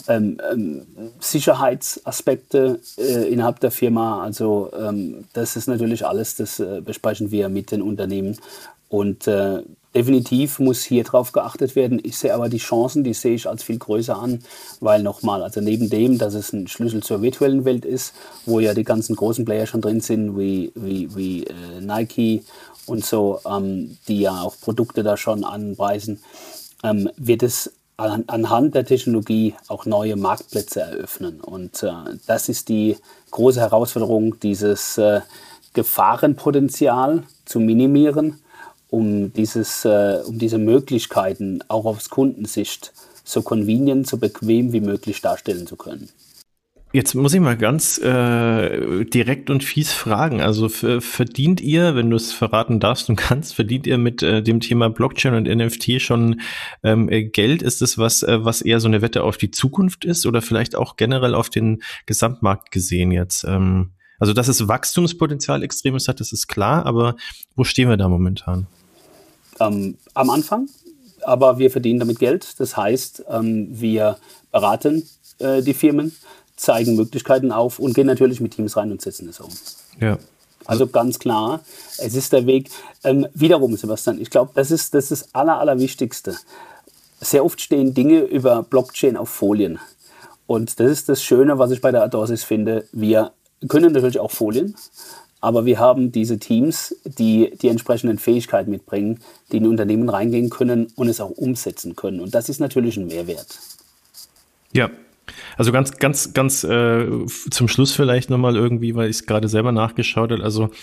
Sicherheitsaspekte innerhalb der Firma. Also das ist natürlich alles, das besprechen wir mit den Unternehmen. Und definitiv muss hier drauf geachtet werden. Ich sehe aber die Chancen, die sehe ich als viel größer an, weil nochmal, also neben dem, dass es ein Schlüssel zur virtuellen Welt ist, wo ja die ganzen großen Player schon drin sind, wie Nike und so, die ja auch Produkte da schon anpreisen, wird es anhand der Technologie auch neue Marktplätze eröffnen. Und das ist die große Herausforderung, dieses Gefahrenpotenzial zu minimieren, um diese Möglichkeiten auch aus Kundensicht so convenient, so bequem wie möglich darstellen zu können. Jetzt muss ich mal ganz direkt und fies fragen. Also verdient ihr, wenn du es verraten darfst und kannst, verdient ihr mit dem Thema Blockchain und NFT schon Geld? Ist es was eher so eine Wette auf die Zukunft ist oder vielleicht auch generell auf den Gesamtmarkt gesehen jetzt? Also dass es Wachstumspotenzial extremes hat, das ist klar, aber wo stehen wir da momentan? Am Anfang, aber wir verdienen damit Geld. Das heißt, wir beraten die Firmen, zeigen Möglichkeiten auf und gehen natürlich mit Teams rein und setzen es um. Ja. Also ganz klar, es ist der Weg. Wiederum, Sebastian, ich glaube, das ist das Allerwichtigste. Sehr oft stehen Dinge über Blockchain auf Folien. Und das ist das Schöne, was ich bei der Adorsis finde. Wir können natürlich auch Folien, Aber wir haben diese Teams, die die entsprechenden Fähigkeiten mitbringen, die in Unternehmen reingehen können und es auch umsetzen können. Und das ist natürlich ein Mehrwert. Ja, also ganz zum Schluss vielleicht nochmal irgendwie, weil ich es gerade selber nachgeschaut habe. Also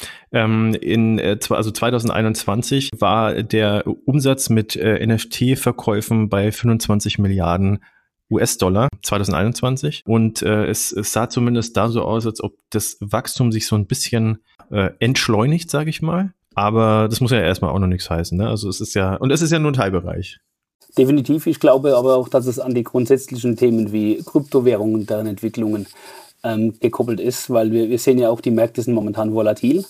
2021 war der Umsatz mit NFT-Verkäufen bei 25 Milliarden US-Dollar 2021 und es sah zumindest da so aus, als ob das Wachstum sich so ein bisschen entschleunigt, sage ich mal. Aber das muss ja erstmal auch noch nichts heißen, ne? Also es ist ja nur ein Teilbereich. Definitiv. Ich glaube aber auch, dass es an die grundsätzlichen Themen wie Kryptowährungen und deren Entwicklungen gekoppelt ist, weil wir sehen ja auch, die Märkte sind momentan volatil.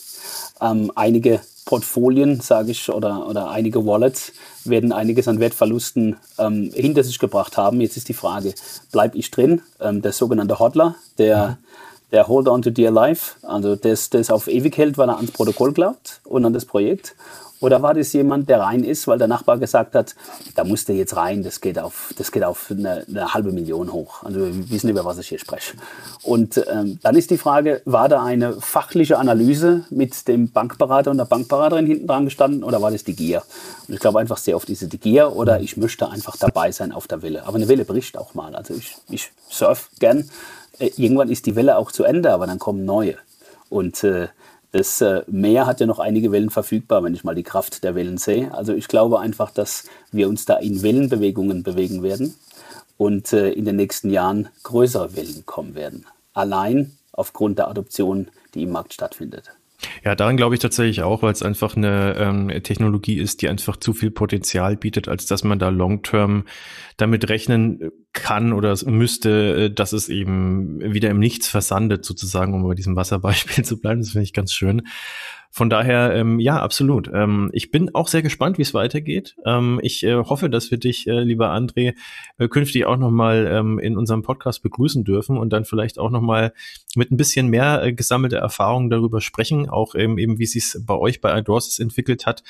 Einige Portfolien, sage ich, oder einige Wallets werden einiges an Wertverlusten hinter sich gebracht haben. Jetzt ist die Frage, bleibe ich drin? Der sogenannte Hodler, der Hold on to dear life, also das auf ewig hält, weil er ans Protokoll glaubt und an das Projekt. Oder war das jemand, der rein ist, weil der Nachbar gesagt hat, da muss der jetzt rein, das geht auf eine 500.000 hoch. Also wir wissen, über was ich hier spreche. Und dann ist die Frage, war da eine fachliche Analyse mit dem Bankberater und der Bankberaterin hinten dran gestanden oder war das die Gier? Und ich glaube einfach sehr oft diese die Gier oder ich möchte einfach dabei sein auf der Welle. Aber eine Welle bricht auch mal. Also ich surf gern. Irgendwann ist die Welle auch zu Ende, aber dann kommen neue. Und das Meer hat ja noch einige Wellen verfügbar, wenn ich mal die Kraft der Wellen sehe. Also ich glaube einfach, dass wir uns da in Wellenbewegungen bewegen werden und in den nächsten Jahren größere Wellen kommen werden. Allein aufgrund der Adoption, die im Markt stattfindet. Ja, daran glaube ich tatsächlich auch, weil es einfach eine Technologie ist, die einfach zu viel Potenzial bietet, als dass man da long-term damit rechnen kann oder müsste, dass es eben wieder im Nichts versandet, sozusagen, um bei diesem Wasserbeispiel zu bleiben. Das finde ich ganz schön. Von daher, ja, absolut. Ich bin auch sehr gespannt, wie es weitergeht. Ich hoffe, dass wir dich, lieber André, künftig auch nochmal in unserem Podcast begrüßen dürfen und dann vielleicht auch nochmal mit ein bisschen mehr gesammelter Erfahrung darüber sprechen, auch eben wie es sich bei euch bei iDorsys entwickelt hat,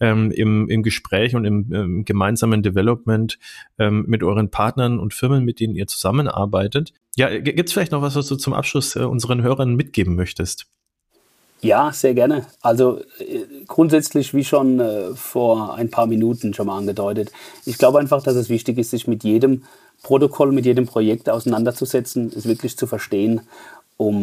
im Gespräch und im gemeinsamen Development mit euren Partnern und Firmen, mit denen ihr zusammenarbeitet. Ja, gibt's vielleicht noch was du zum Abschluss unseren Hörern mitgeben möchtest? Ja, sehr gerne. Also grundsätzlich, wie schon vor ein paar Minuten schon mal angedeutet, ich glaube einfach, dass es wichtig ist, sich mit jedem Protokoll, mit jedem Projekt auseinanderzusetzen, es wirklich zu verstehen, um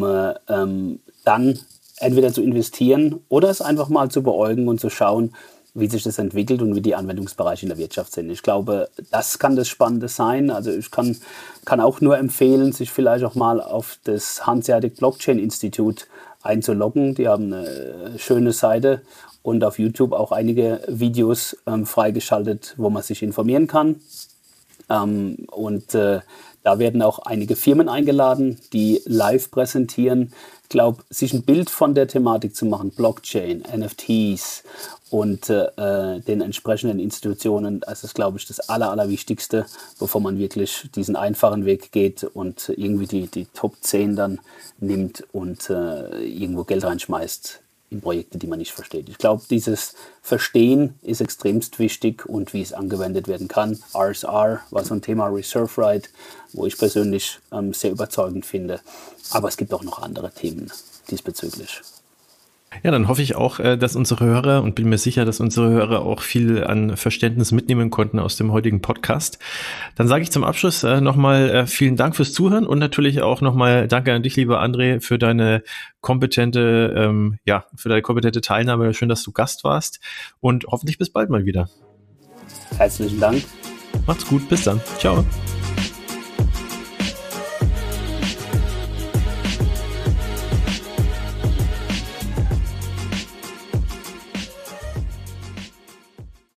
dann entweder zu investieren oder es einfach mal zu beäugen und zu schauen, wie sich das entwickelt und wie die Anwendungsbereiche in der Wirtschaft sind. Ich glaube, das kann das Spannende sein. Also ich kann auch nur empfehlen, sich vielleicht auch mal auf das Hanseatic Blockchain Institute einzuloggen. Die haben eine schöne Seite und auf YouTube auch einige Videos freigeschaltet, wo man sich informieren kann. Da werden auch einige Firmen eingeladen, die live präsentieren. Ich glaube, sich ein Bild von der Thematik zu machen, Blockchain, NFTs und den entsprechenden Institutionen, das ist, glaube ich, das Allerwichtigste, bevor man wirklich diesen einfachen Weg geht und irgendwie die Top 10 dann nimmt und irgendwo Geld reinschmeißt in Projekte, die man nicht versteht. Ich glaube, dieses Verstehen ist extremst wichtig und wie es angewendet werden kann. RSR war so ein Thema, Reserve Right, wo ich persönlich sehr überzeugend finde. Aber es gibt auch noch andere Themen diesbezüglich. Ja, dann hoffe ich auch, dass unsere Hörer und bin mir sicher, dass unsere Hörer auch viel an Verständnis mitnehmen konnten aus dem heutigen Podcast. Dann sage ich zum Abschluss nochmal vielen Dank fürs Zuhören und natürlich auch nochmal danke an dich, lieber André, für deine kompetente Teilnahme. Schön, dass du Gast warst und hoffentlich bis bald mal wieder. Herzlichen Dank. Macht's gut, bis dann. Ciao.